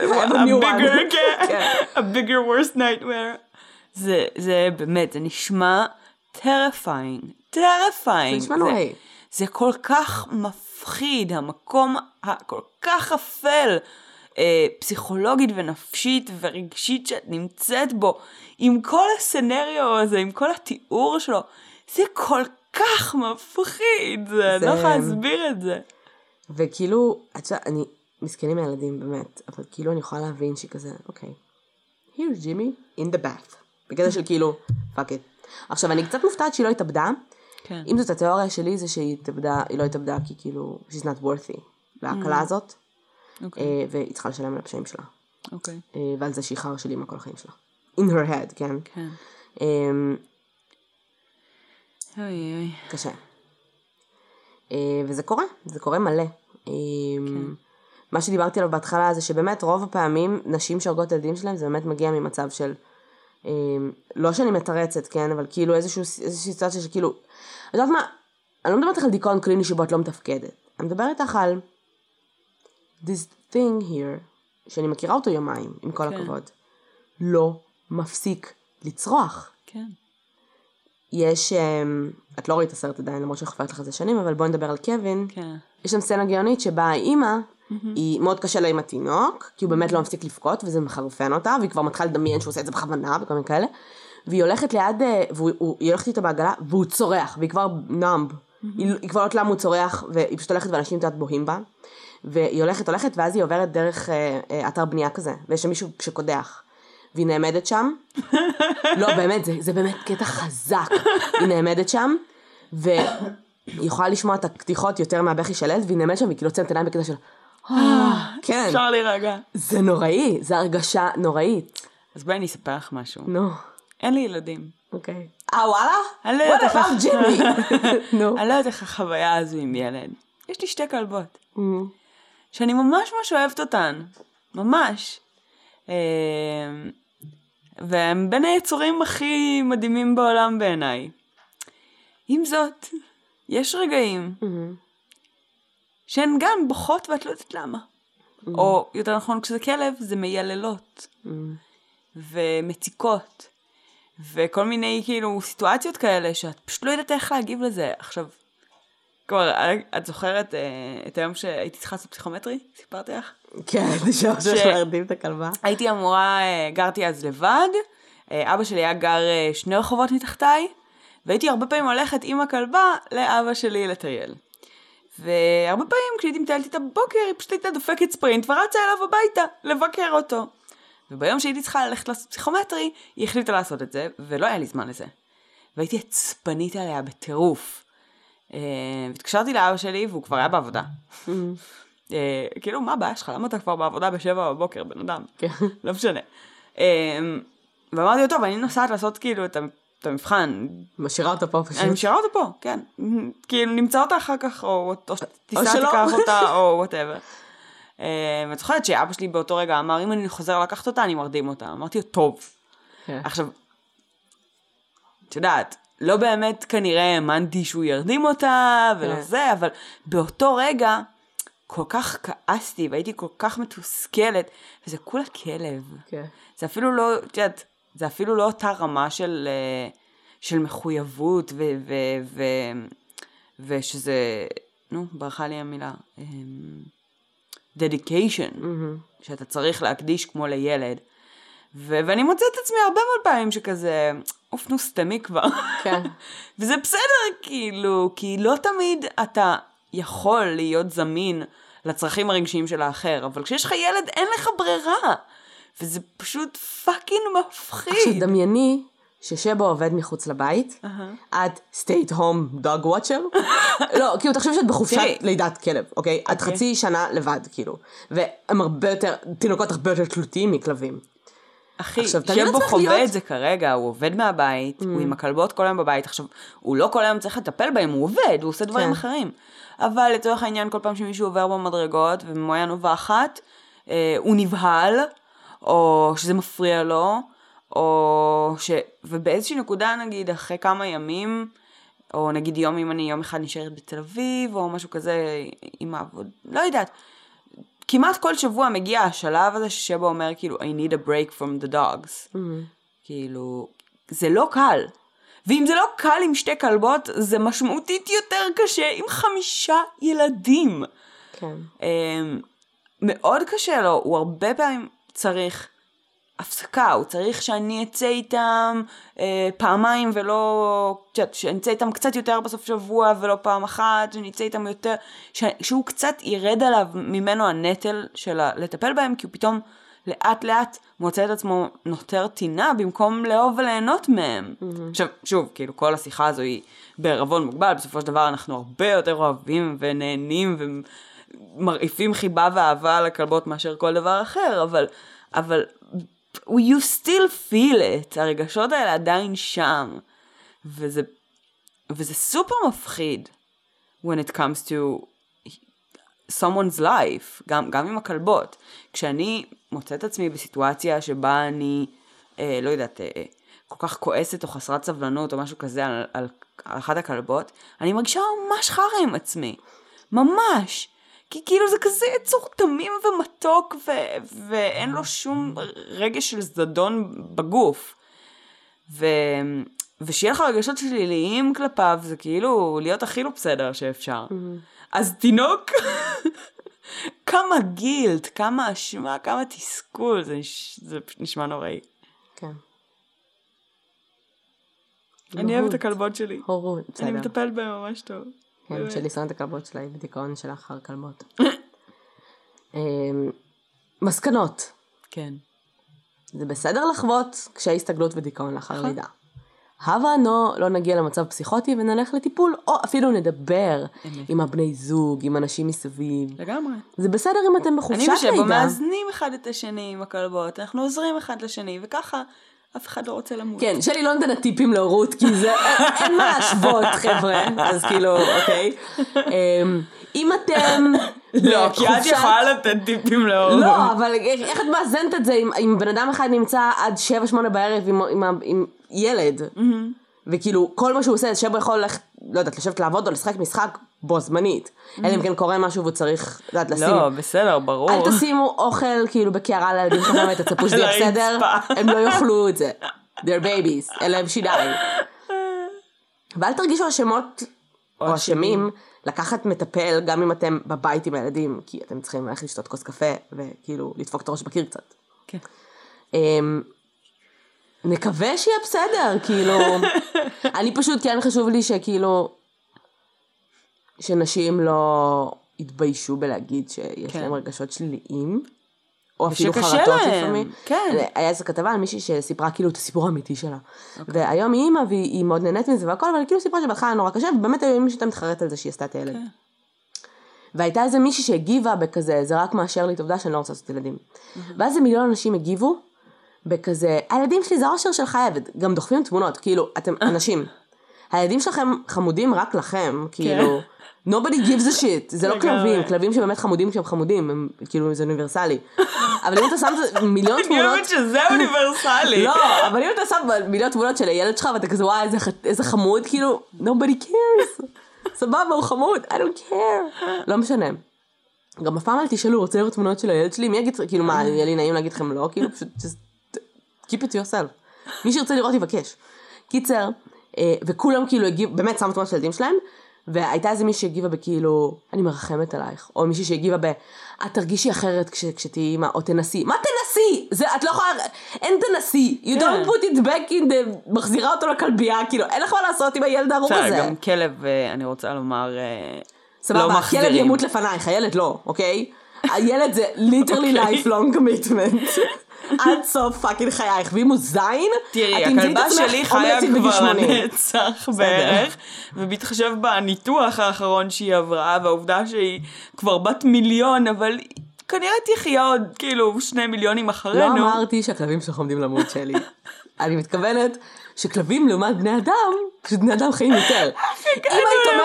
a bigger worst nightmare. זה באמת, זה נשמע terrifying. זה נשמע נוראי. זה כל כך מפחיד, המקום הכל כך אפל, פסיכולוגית ונפשית ורגשית שאת נמצאת בו, עם כל הסנריו הזה, עם כל התיאור שלו, זה כל כך מפחיד, אני לא יכולה להסביר את זה. וכאילו, אני מסכנים מהילדים באמת, אבל כאילו אני יכולה להבין שכזה, אוקיי, here's Jimmy in the bath. בקטע של כאילו, fuck it. עכשיו, אני קצת מופתעת שהיא לא התאבדה. כן. אם זאת התיאוריה שלי, זה שהיא התאבדה, היא לא התאבדה כי כאילו, she's not worthy, להקלה הזאת. אוקיי. והיא צריכה לשלם על הפשעים שלה. אוקיי. ועל זה שהיא חרא שלי מה כל החיים שלה. In her head, כן? כן. אוי. קשה. וזה קורה, זה קורה מלא. מה שדיברתי עליו בהתחלה זה שבאמת רוב הפעמים נשים שהורגות את הילדים שלהם זה באמת מגיע ממצב של, לא שאני מתרצת, כן, אבל כאילו איזושהי סיטואציה שכאילו, אני יודעת מה, אני לא מדברת על דיכאון קליני שבו את לא מתפקדת. אני מדברת לך על this thing here, שאני מכירה אותו יומיים, עם כל הכבוד, לא מפסיק לצרוח. כן. יש, את לא ראית הסרט עדיין, למרות שחפרת לך את זה שנים, אבל בואי נדבר על קווין. כן. יש שם סצנה גאונית שבה האמא, היא מאוד קשה לה עם התינוק, כי הוא באמת לא מפסיק לבכות, וזה מחרפן אותה, והיא כבר מתחילה לדמיין שהוא עושה את זה בכוונה, וכל מיני כאלה, והיא הולכת ליד, והיא הולכת איתה בעגלה, והוא צורח, והיא כבר נאמב, היא כבר לא תלמה הוא צורח, והיא פשוט הולכת ואנשים תת בוהים בה, והיא הולכת, ואז היא עוברת דרך אתר בנייה כזה, ויש שם מישהו שקודח. והיא נעמדת שם, לא באמת, זה באמת קטע חזק, היא נעמדת שם, והיא יכולה לשמוע את הקטיחות יותר מהבכי של ילד, והיא נעמדת שם, והיא כאילו יוצאת עיניים בקטע של, כן. אפשר להירגע. זה נוראי, זה הרגשה נוראית. אז בואי אני אספר לך משהו. נו. אין לי ילדים. אוקיי. וואלה? אני לא יודעת וואלה, ג'ימי. אני לא יודעת איך החוויה הזו עם ילד. יש לי 2 כלבות. שאני ממש ממש אוהבת אותן. ממש. והם בין היצורים הכי מדהימים בעולם בעיניי. עם זאת, יש רגעים שהן גם בוכות ואת לא יודעת למה. או יותר נכון, כשזה כלב, זה מייללות. ומציקות. וכל מיני כאילו סיטואציות כאלה שאת פשוט לא יודעת איך להגיב לזה. עכשיו, כבר, את זוכרת את היום שהייתי צריכה לעשות פסיכומטרי? סיפרתי לך? כן, שהולך להרדים את הכלבה. הייתי אמורה, גרתי אז לבד, אבא שלי היה גר 2 רחובות מתחתיי, והייתי הרבה פעמים הולכת עם הכלבה לאבא שלי לטייל. והרבה פעמים כשהייתי מטיילת איתה בבוקר, היא פשוט הייתה דופקת ספרינט ורצה אליו הביתה לבקר אותו. וביום שהייתי צריכה ללכת לעשות פסיכומטרי, היא החליטה לעשות את זה, ולא היה לי זמן לזה. והייתי עצבנית עליה בטירוף. והתקשרתי לאבא שלי, והוא כבר היה בעבודה. כאילו, מה הבעיה שלך? למה אתה כבר בעבודה ב7 בבוקר, בן אדם? לא משנה. ואמרתי לו, טוב, אני נוסעת לעשות כאילו את המבחן. משאירה אותה פה פשוט. אני משאירה אותה פה, כן. כאילו, נמצא אותה אחר כך, או טיסה תיקח אותה, או whatever. ואת זוכרת שאבא שלי באותו רגע אמר, אם אני חוזר לקחת אותה, אני מרדים אותה. אמרתי לו, טוב. עכשיו, את יודעת, לא באמת כנראה האמנתי שהוא ירדים אותה ולזה, אבל באותו רגע כל כך כעסתי והייתי כל כך מתוסכלת, וזה כולה כלב. זה אפילו לא, את יודעת, זה אפילו לא אותה רמה של מחויבות ושזה, ברכה לי המילה, dedication, שאתה צריך להקדיש כמו לילד. ואני מוצאת את עצמי הרבה מאוד פעמים שכזה, אופנו סתמי כבר. כן. וזה בסדר, כאילו, כי לא תמיד אתה יכול להיות זמין לצרכים הרגשיים של האחר, אבל כשיש לך ילד אין לך ברירה. וזה פשוט פאקינג מפחיד. עכשיו דמייני ששבו עובד מחוץ לבית, את stay at home dog watcher, לא, כאילו תחשב שאת בחופשת לידת כלב, אוקיי? את חצי שנה לבד, כאילו. והם הרבה יותר, תינוקות הרבה יותר תלותיים מכלבים. אחי, שבו חווה את זה כרגע, הוא עובד מהבית, הוא עם הכלבות כל היום בבית, עכשיו, הוא לא כל היום צריך לטפל בהם, הוא עובד, הוא עושה דברים אחרים. אבל לצורך העניין, כל פעם שמישהו עובר במדרגות, ומויה נובחת, הוא נבהל, או שזה מפריע לו, ובאיזושהי נקודה, נגיד, אחרי כמה ימים, או נגיד אם אני יום אחד נשארת בתל אביב, או משהו כזה עם העבוד, לא יודעת, כמעט כל שבוע מגיע השלב הזה ששבו אומר כאילו I need a break from the dogs. כאילו, זה לא קל. ואם זה לא קל עם 2 כלבות, זה משמעותית יותר קשה עם 5 ילדים. כן. מאוד קשה לו, הוא הרבה פעמים צריך הפסקה, הוא צריך שאני אצא איתם פעמיים ולא, שאני אצא איתם קצת יותר בסוף שבוע ולא פעם אחת, שאני אצא איתם יותר, שהוא קצת ירד עליו ממנו הנטל של לטפל בהם, כי הוא פתאום לאט לאט מוצא את עצמו נותר טינה במקום לאהוב וליהנות מהם. עכשיו, שוב, כאילו כל השיחה הזו היא בערבון מוגבל, בסופו של דבר אנחנו הרבה יותר אוהבים ונהנים ומרעיפים חיבה ואהבה לכלבות מאשר כל דבר אחר, אבל you still feel it, הרגשות האלה עדיין שם, וזה סופר מפחיד when it comes to someone's life, גם עם הכלבות. כשאני מוצאת עצמי בסיטואציה שבה אני, לא יודעת, כל כך כועסת או חסרת סבלנות או משהו כזה על אחת הכלבות, אני מרגישה ממש חרה עם עצמי, ממש. כי כאילו זה כזה יצור תמים ומתוק ואין לו שום רגש של זדון בגוף. ושיהיה לך רגשות שליליים כלפיו, זה כאילו להיות הכי לא בסדר שאפשר. אז תינוק, כמה גילט, כמה אשמה, כמה תסכול, זה נשמע נוראי. כן. אני אוהבת את הכלבות שלי. הורות, בסדר. אני מטפלת בהם ממש טוב. כן, שלי שונאת הכלבות שלה, היא בדיכאון שלה אחר כלבות. מסקנות. כן. זה בסדר לחוות קשיי הסתגלות ודיכאון לאחר לידה. הווה לא נגיע למצב פסיכוטי ונלך לטיפול, או אפילו נדבר עם הבני זוג, עם אנשים מסביב. לגמרי. זה בסדר אם אתם בחופשת לידה. אני ושבו מאזנים אחד את השני עם הכלבות, אנחנו עוזרים אחד לשני, וככה אף אחד לא רוצה למות. כן, שלי לא נתנה טיפים להורות, כי זה, אין מה להשוות, חבר'ה, אז כאילו, אוקיי. אם אתם... לא, כי את יכולה לתת טיפים להורות. לא, אבל איך את מאזנת את זה, אם בן אדם אחד נמצא עד 7-8 בערב עם ילד, וכאילו, כל מה שהוא עושה, שבו יכול ללכת, לא יודעת, לשבת לעבוד או לשחק משחק בו זמנית. אלא אם כן קורה משהו והוא צריך, לא יודעת, לשים... לא, בסדר, ברור. אל תשימו אוכל כאילו בקערה לילדים שלכם ותצפו שזה יהיה בסדר. הם לא יאכלו את זה. They're babies. אין להם שיניים. ואל תרגישו אשמות או אשמים לקחת מטפל גם אם אתם בבית עם הילדים, כי אתם צריכים ללכת לשתות כוס קפה וכאילו לדפוק את הראש בקיר קצת. כן. נקווה שיהיה בסדר, כאילו... אני פשוט, כן חשוב לי שכאילו... שנשים לא יתביישו בלהגיד שיש להם רגשות שליליים, או אפילו חרטות לפעמים. כן. היה איזו כתבה על מישהי שסיפרה כאילו את הסיפור האמיתי שלה. והיום היא אימא והיא מאוד נהנית מזה והכל, אבל כאילו סיפרה שבהתחלה נורא קשה, ובאמת היו מישהו שאתה מתחרט על זה שהיא עשתה את הילד. והייתה איזה מישהי שהגיבה בכזה, זה רק מאשר לי את עובדה שאני לא רוצה לעשות ילדים. ואז זה מיליון אנשים הגיבו בכזה, הילדים שלי זה האושר שלך עבד. גם דוחפים תמונות, כאילו, אתם אנשים. הילדים שלכם חמודים רק לכם, כאילו, nobody gives a shit, זה לא כלבים, כלבים שבאמת חמודים כשהם חמודים, הם, כאילו זה אוניברסלי. אבל אם אתה שם מיליון תמונות... אני חושבת שזה אוניברסלי. לא, אבל אם אתה שם מיליון תמונות של הילד שלך, ואתה כזה, וואי, איזה חמוד, כאילו, nobody cares. סבבה, הוא חמוד, I don't care. לא משנה. גם אף פעם אל תשאלו, רוצה לראות תמונות של הילד שלי? מי יגיד, כאילו, מה, יהיה לי נעים להגיד לכם לא? כאילו, פשוט, keep it yourself. מי שרצה לראות יבקש. קיצר, וכולם כאילו הגיבו, באמת שמו תמונות של ילדים שלהם, והייתה איזה מישהי שהגיבה בכאילו, אני מרחמת עלייך, או מישהי שהגיבה את תרגישי אחרת כשתהיי אימא, או תנסי. מה תנסי? זה, את לא יכולה, אין תנסי. You don't put it back in the, מחזירה אותו לכלבייה, כאילו, אין לך מה לעשות עם הילד הארוך הזה. גם כלב, אני רוצה לומר, סבבה, כלב ימות לפנייך, הילד לא, אוקיי? הילד זה literally lifelong commitment. עד סוף פאקינג חייך, ואם הוא זין, תראי, הכלבה שלי חיה כבר לנצח בערך, ובהתחשב בניתוח האחרון שהיא עברה, והעובדה שהיא כבר בת מיליון, אבל כנראה תחיה עוד כאילו 2 מיליונים אחרינו. לא אמרתי שהכלבים שלך עומדים למות שלי. אני מתכוונת שכלבים לעומת בני אדם, פשוט בני אדם חיים יותר. אם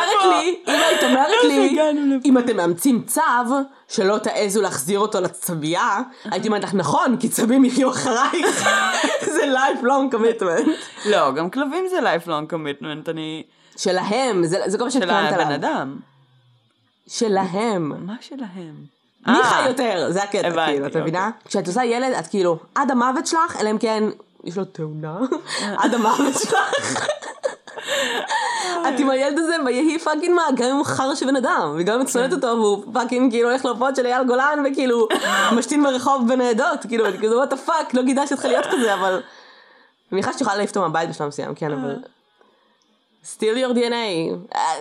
היית אומרת לי, אם אתם מאמצים צו, שלא תעזו להחזיר אותו לצבייה, הייתי אומרת לך, נכון, כי צבים יחיו אחרייך. זה lifelong commitment. לא, גם כלבים זה lifelong commitment, שלהם, זה כל מה שתכוונת עליו. של הבן אדם. שלהם. מה שלהם? מי חי יותר? זה הקטע, כאילו, אתה מבינה? כשאת עושה ילד, את כאילו, עד המוות שלך, אלא אם כן, יש לו תאונה, עד המוות שלך. את עם הילד הזה, ויהי פאקינג מה, גם אם הוא חר שבן אדם, וגם אם את שונאת אותו, והוא פאקינג כאילו הולך להופעות של אייל גולן, וכאילו, משתין ברחוב בנעדות, כאילו, כזה, what the fuck, לא גידה שתך להיות כזה, אבל, אני מניחה שתוכל להעיף אותו מהבית בשלב מסוים, כן, אבל, steal your DNA.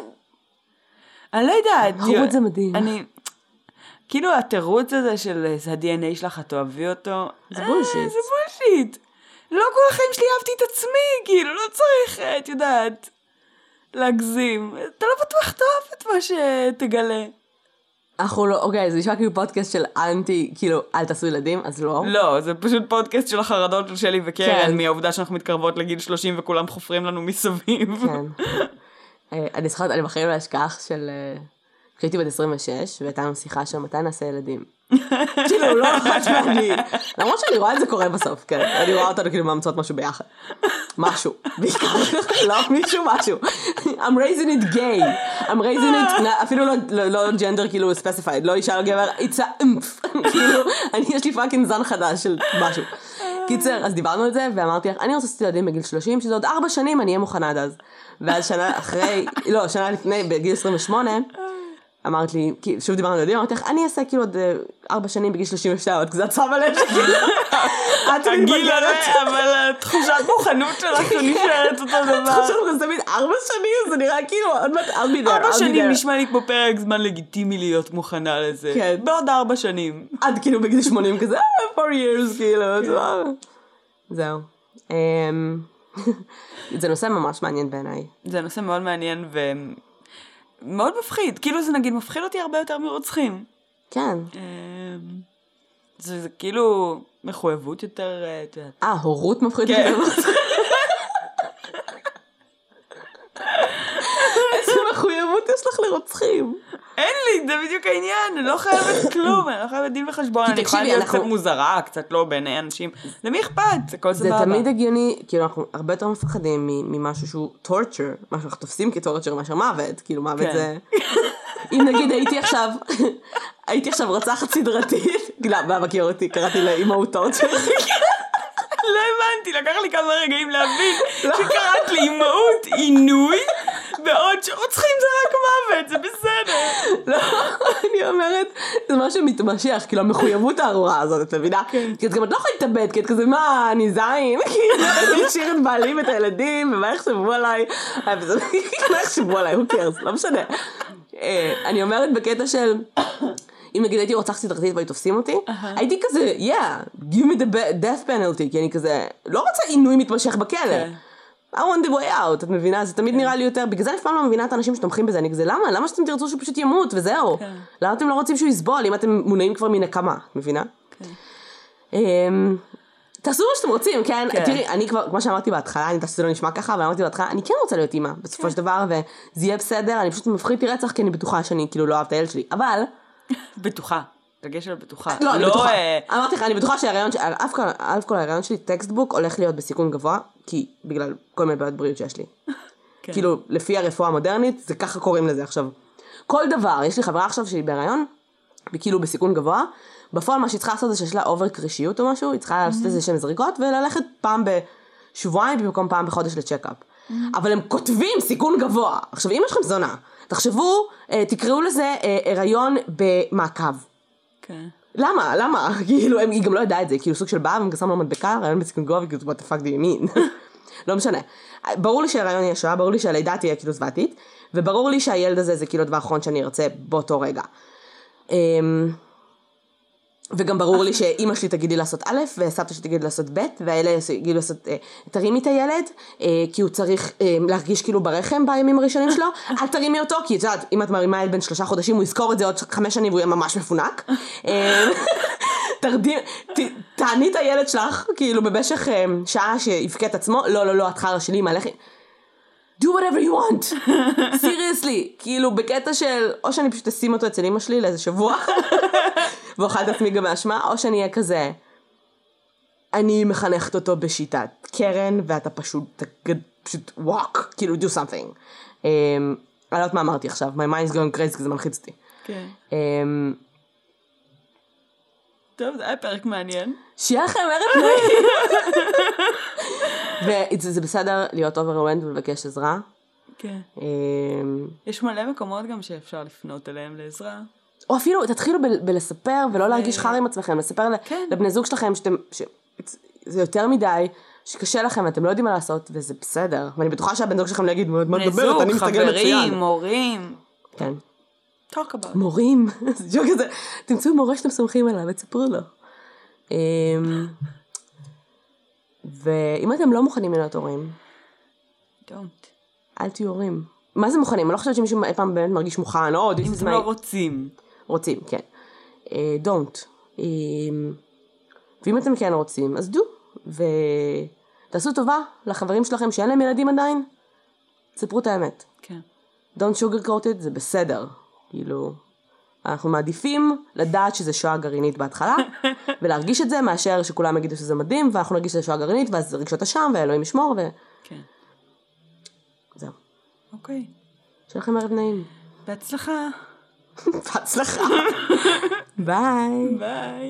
אני לא יודעת. חורות זה מדהים. כאילו התירוץ הזה של ה-DNA שלך, את אוהבי אותו. זה בולשיט. זה בולשיט. לא כל החיים שלי אהבתי את עצמי, כאילו, לא צריך, את יודעת, להגזים. אתה לא בטוח תאהב את מה שתגלה. אנחנו לא, אוקיי, זה נשמע כאילו פודקאסט של אנטי, כאילו, אל תעשו ילדים, אז לא. לא, זה פשוט פודקאסט של החרדות של שלי וקרן, מהעובדה שאנחנו מתקרבות לגיל 30 וכולם חופרים לנו מסביב. כן. אני זוכרת, אני בחיים לא אשכח של... כשהייתי בת 26, והייתה לנו שיחה שם, מתי נעשה ילדים? כאילו, לא אחת ואני... למרות שאני רואה את זה קורה בסוף, כן. אני רואה אותנו כאילו מאמצות משהו ביחד. משהו. בעיקר, לא מישהו, משהו. I'm raising it gay. I'm raising it, אפילו לא gender כאילו specified, לא אישה, לא גבר, it's a כאילו, יש לי פאקינג זן חדש של משהו. קיצר, אז דיברנו על זה, ואמרתי לך, אני רוצה לעשות ילדים בגיל 30, שזה עוד 4 שנים, אני אהיה מוכנה עד אז. ואז שנה אחרי, לא, שנה לפני, בגיל 28, אמרת לי, שוב דיברנו על ילדים, אמרתי לך, אני אעשה כאילו עוד 4 שנים בגיל 32, את קצת שמה לב שכאילו, את הגיל הזה, אבל התחושת מוכנות שלך נשארת אותו דבר. התחושת מוכנות, תמיד 4 שנים, זה נראה כאילו, עוד מעט, I'll be there. 4 שנים נשמע לי כמו פרק זמן לגיטימי להיות מוכנה לזה. כן. בעוד 4 שנים. עד כאילו בגיל 80 כזה, 4 years, כאילו, זהו. זה נושא ממש מעניין בעיניי. זה נושא מאוד מעניין מאוד מפחיד, כאילו זה נגיד מפחיד אותי הרבה יותר מרוצחים. כן. זה כאילו, מחויבות יותר... הורות מפחיד יותר. איזה מחויבות יש לך לרוצחים? אין לי, זה בדיוק העניין, אני לא חייבת כלום, אני לא חייבת דין וחשבון, אני יכולה להיות קצת מוזרה, קצת לא בעיני אנשים, למי אכפת? זה כל סבבה. זה תמיד הגיוני, כאילו אנחנו הרבה יותר מפחדים ממשהו שהוא torture, מה שאנחנו תופסים כ-torture מאשר מוות, כאילו מוות זה... אם נגיד הייתי עכשיו רצחת סדרתית, מה מכיר אותי, קראתי לאימהות torture. לא הבנתי, לקח לי כמה רגעים להבין שקראת לי אימהות עינוי, בעוד שרוצחים זה רק מוות, זה בסדר. לא, אני אומרת, זה משהו מתמשך, כאילו המחויבות הארורה הזאת, את מבינה? כי את גם לא יכולה להתאבד, כי את כזה, מה, אני זין? כאילו, אני אשאיר את בעלי ואת הילדים, ומה יחשבו עליי? מה יחשבו עליי, who cares, לא משנה. אני אומרת בקטע של... אם נגיד הייתי רוצחת סדרתית והיו תופסים אותי, הייתי כזה, give me the death penalty, כי אני כזה, לא רוצה עינוי מתמשך בכלא. I want the way out, את מבינה? זה תמיד נראה לי יותר, בגלל זה לפעמים לא מבינה את האנשים שתומכים בזה, אני כזה, למה שאתם תרצו שהוא פשוט ימות, וזהו? למה אתם לא רוצים שהוא יסבול, אם אתם מונעים כבר מנקמה, את מבינה? תעשו מה שאתם רוצים, כן? תראי, אני כבר, כמו שאמרתי בהתחלה, אני יודעת שזה לא נשמע ככה, אבל אמרתי בהתחלה, אני כן רוצה להיות אימא, בסופו של דבר, וזה יהיה בסדר, אני פשוט מפחיד רצח, כי אני בטוחה שאני כאילו לא אוהב את הילד שלי, אבל... בטוחה. דגש על בטוחה. לא, אני בטוחה. אמרתי לך, אני בטוחה שהרעיון, אף כל הרעיון שלי, טקסטבוק, הולך להיות בסיכון גבוה, כי בגלל כל מיני בעיות בריאות שיש לי. כאילו, לפי הרפואה המודרנית, זה ככה קוראים לזה עכשיו. כל דבר, יש לי חברה עכשיו שהיא בהרעיון, כאילו בסיכון גבוה, בפועל מה שהיא צריכה לעשות זה שיש לה אובר קרישיות או משהו, היא צריכה לעשות איזה שם זריקות, וללכת פעם בשבועיים, במקום פעם בחודש לצ'קאפ. אבל הם כותבים סיכון גבוה. עכשיו, אם יש לכם זונה, תחשבו, תקראו לזה הריון במעקב. למה? כאילו, היא גם לא ידעה את זה, כאילו סוג של באה, והם שם לו מדבקה, הריון בסיכון גבוה, וכאילו, what the fuck do you mean? לא משנה. ברור לי שההריון יהיה שואה, ברור לי שהלידה תהיה כאילו זוועתית, וברור לי שהילד הזה זה כאילו דבר אחרון שאני ארצה באותו רגע. וגם ברור לי שאמא שלי תגיד לי לעשות א', וסבתא שלי תגיד לי לעשות ב', והאלה יגידו לעשות, תרימי את הילד, כי הוא צריך להרגיש כאילו ברחם בימים הראשונים שלו, אל תרימי אותו, כי את יודעת, אם את מרימה ילד בן 3 חודשים, הוא יזכור את זה עוד 5 שנים, והוא יהיה ממש מפונק. תעני את הילד שלך, כאילו במשך שעה שיבכה את עצמו, לא, את חרא שלי, מה לכי? do whatever you want, seriously, כאילו בקטע של, או שאני פשוט אשים אותו אצל אמא שלי לאיזה שבוע, ואוכל את עצמי גם מהשמה, או שאני אהיה כזה, אני מחנכת אותו בשיטת קרן, ואתה פשוט walk, כאילו do something. אני לא יודעת מה אמרתי עכשיו, my mind is going crazy, כי זה מלחיץ אותי. כן. טוב, זה היה פרק מעניין. שיהיה לכם ערב נעים. וזה בסדר להיות overwhelmed ולבקש עזרה. כן. יש מלא מקומות גם שאפשר לפנות אליהם לעזרה. או אפילו תתחילו בלספר ולא להרגיש חר עם עצמכם, לספר לבני זוג שלכם שזה יותר מדי, שקשה לכם, אתם לא יודעים מה לעשות, וזה בסדר. ואני בטוחה שהבן זוג שלכם להגיד, מה מדברת, אני מסתגל מצוין. חברים, מורים. כן. talk about. מורים. זה ג'וק כזה, תמצאו מורה שאתם סומכים עליו, ותספרו לו. ואם אתם לא מוכנים להיות הורים, don't. אל תהיו הורים. מה זה מוכנים? אני לא חושבת שמישהו אי פעם באמת מרגיש מוכן, או, אם אתם לא רוצים. רוצים, כן. don't. ואם אתם כן רוצים, אז do. ותעשו טובה לחברים שלכם שאין להם ילדים עדיין, תספרו את האמת. כן. don't sugarcoat it, זה בסדר. כאילו, אנחנו מעדיפים לדעת שזה שואה גרעינית בהתחלה, ולהרגיש את זה מאשר שכולם יגידו שזה מדהים, ואנחנו נרגיש שזה שואה גרעינית, ואז רגשות אשם, ואלוהים ישמור, כן. זהו. אוקיי. שיהיה לכם ערב נעים. בהצלחה. בהצלחה. ביי. ביי.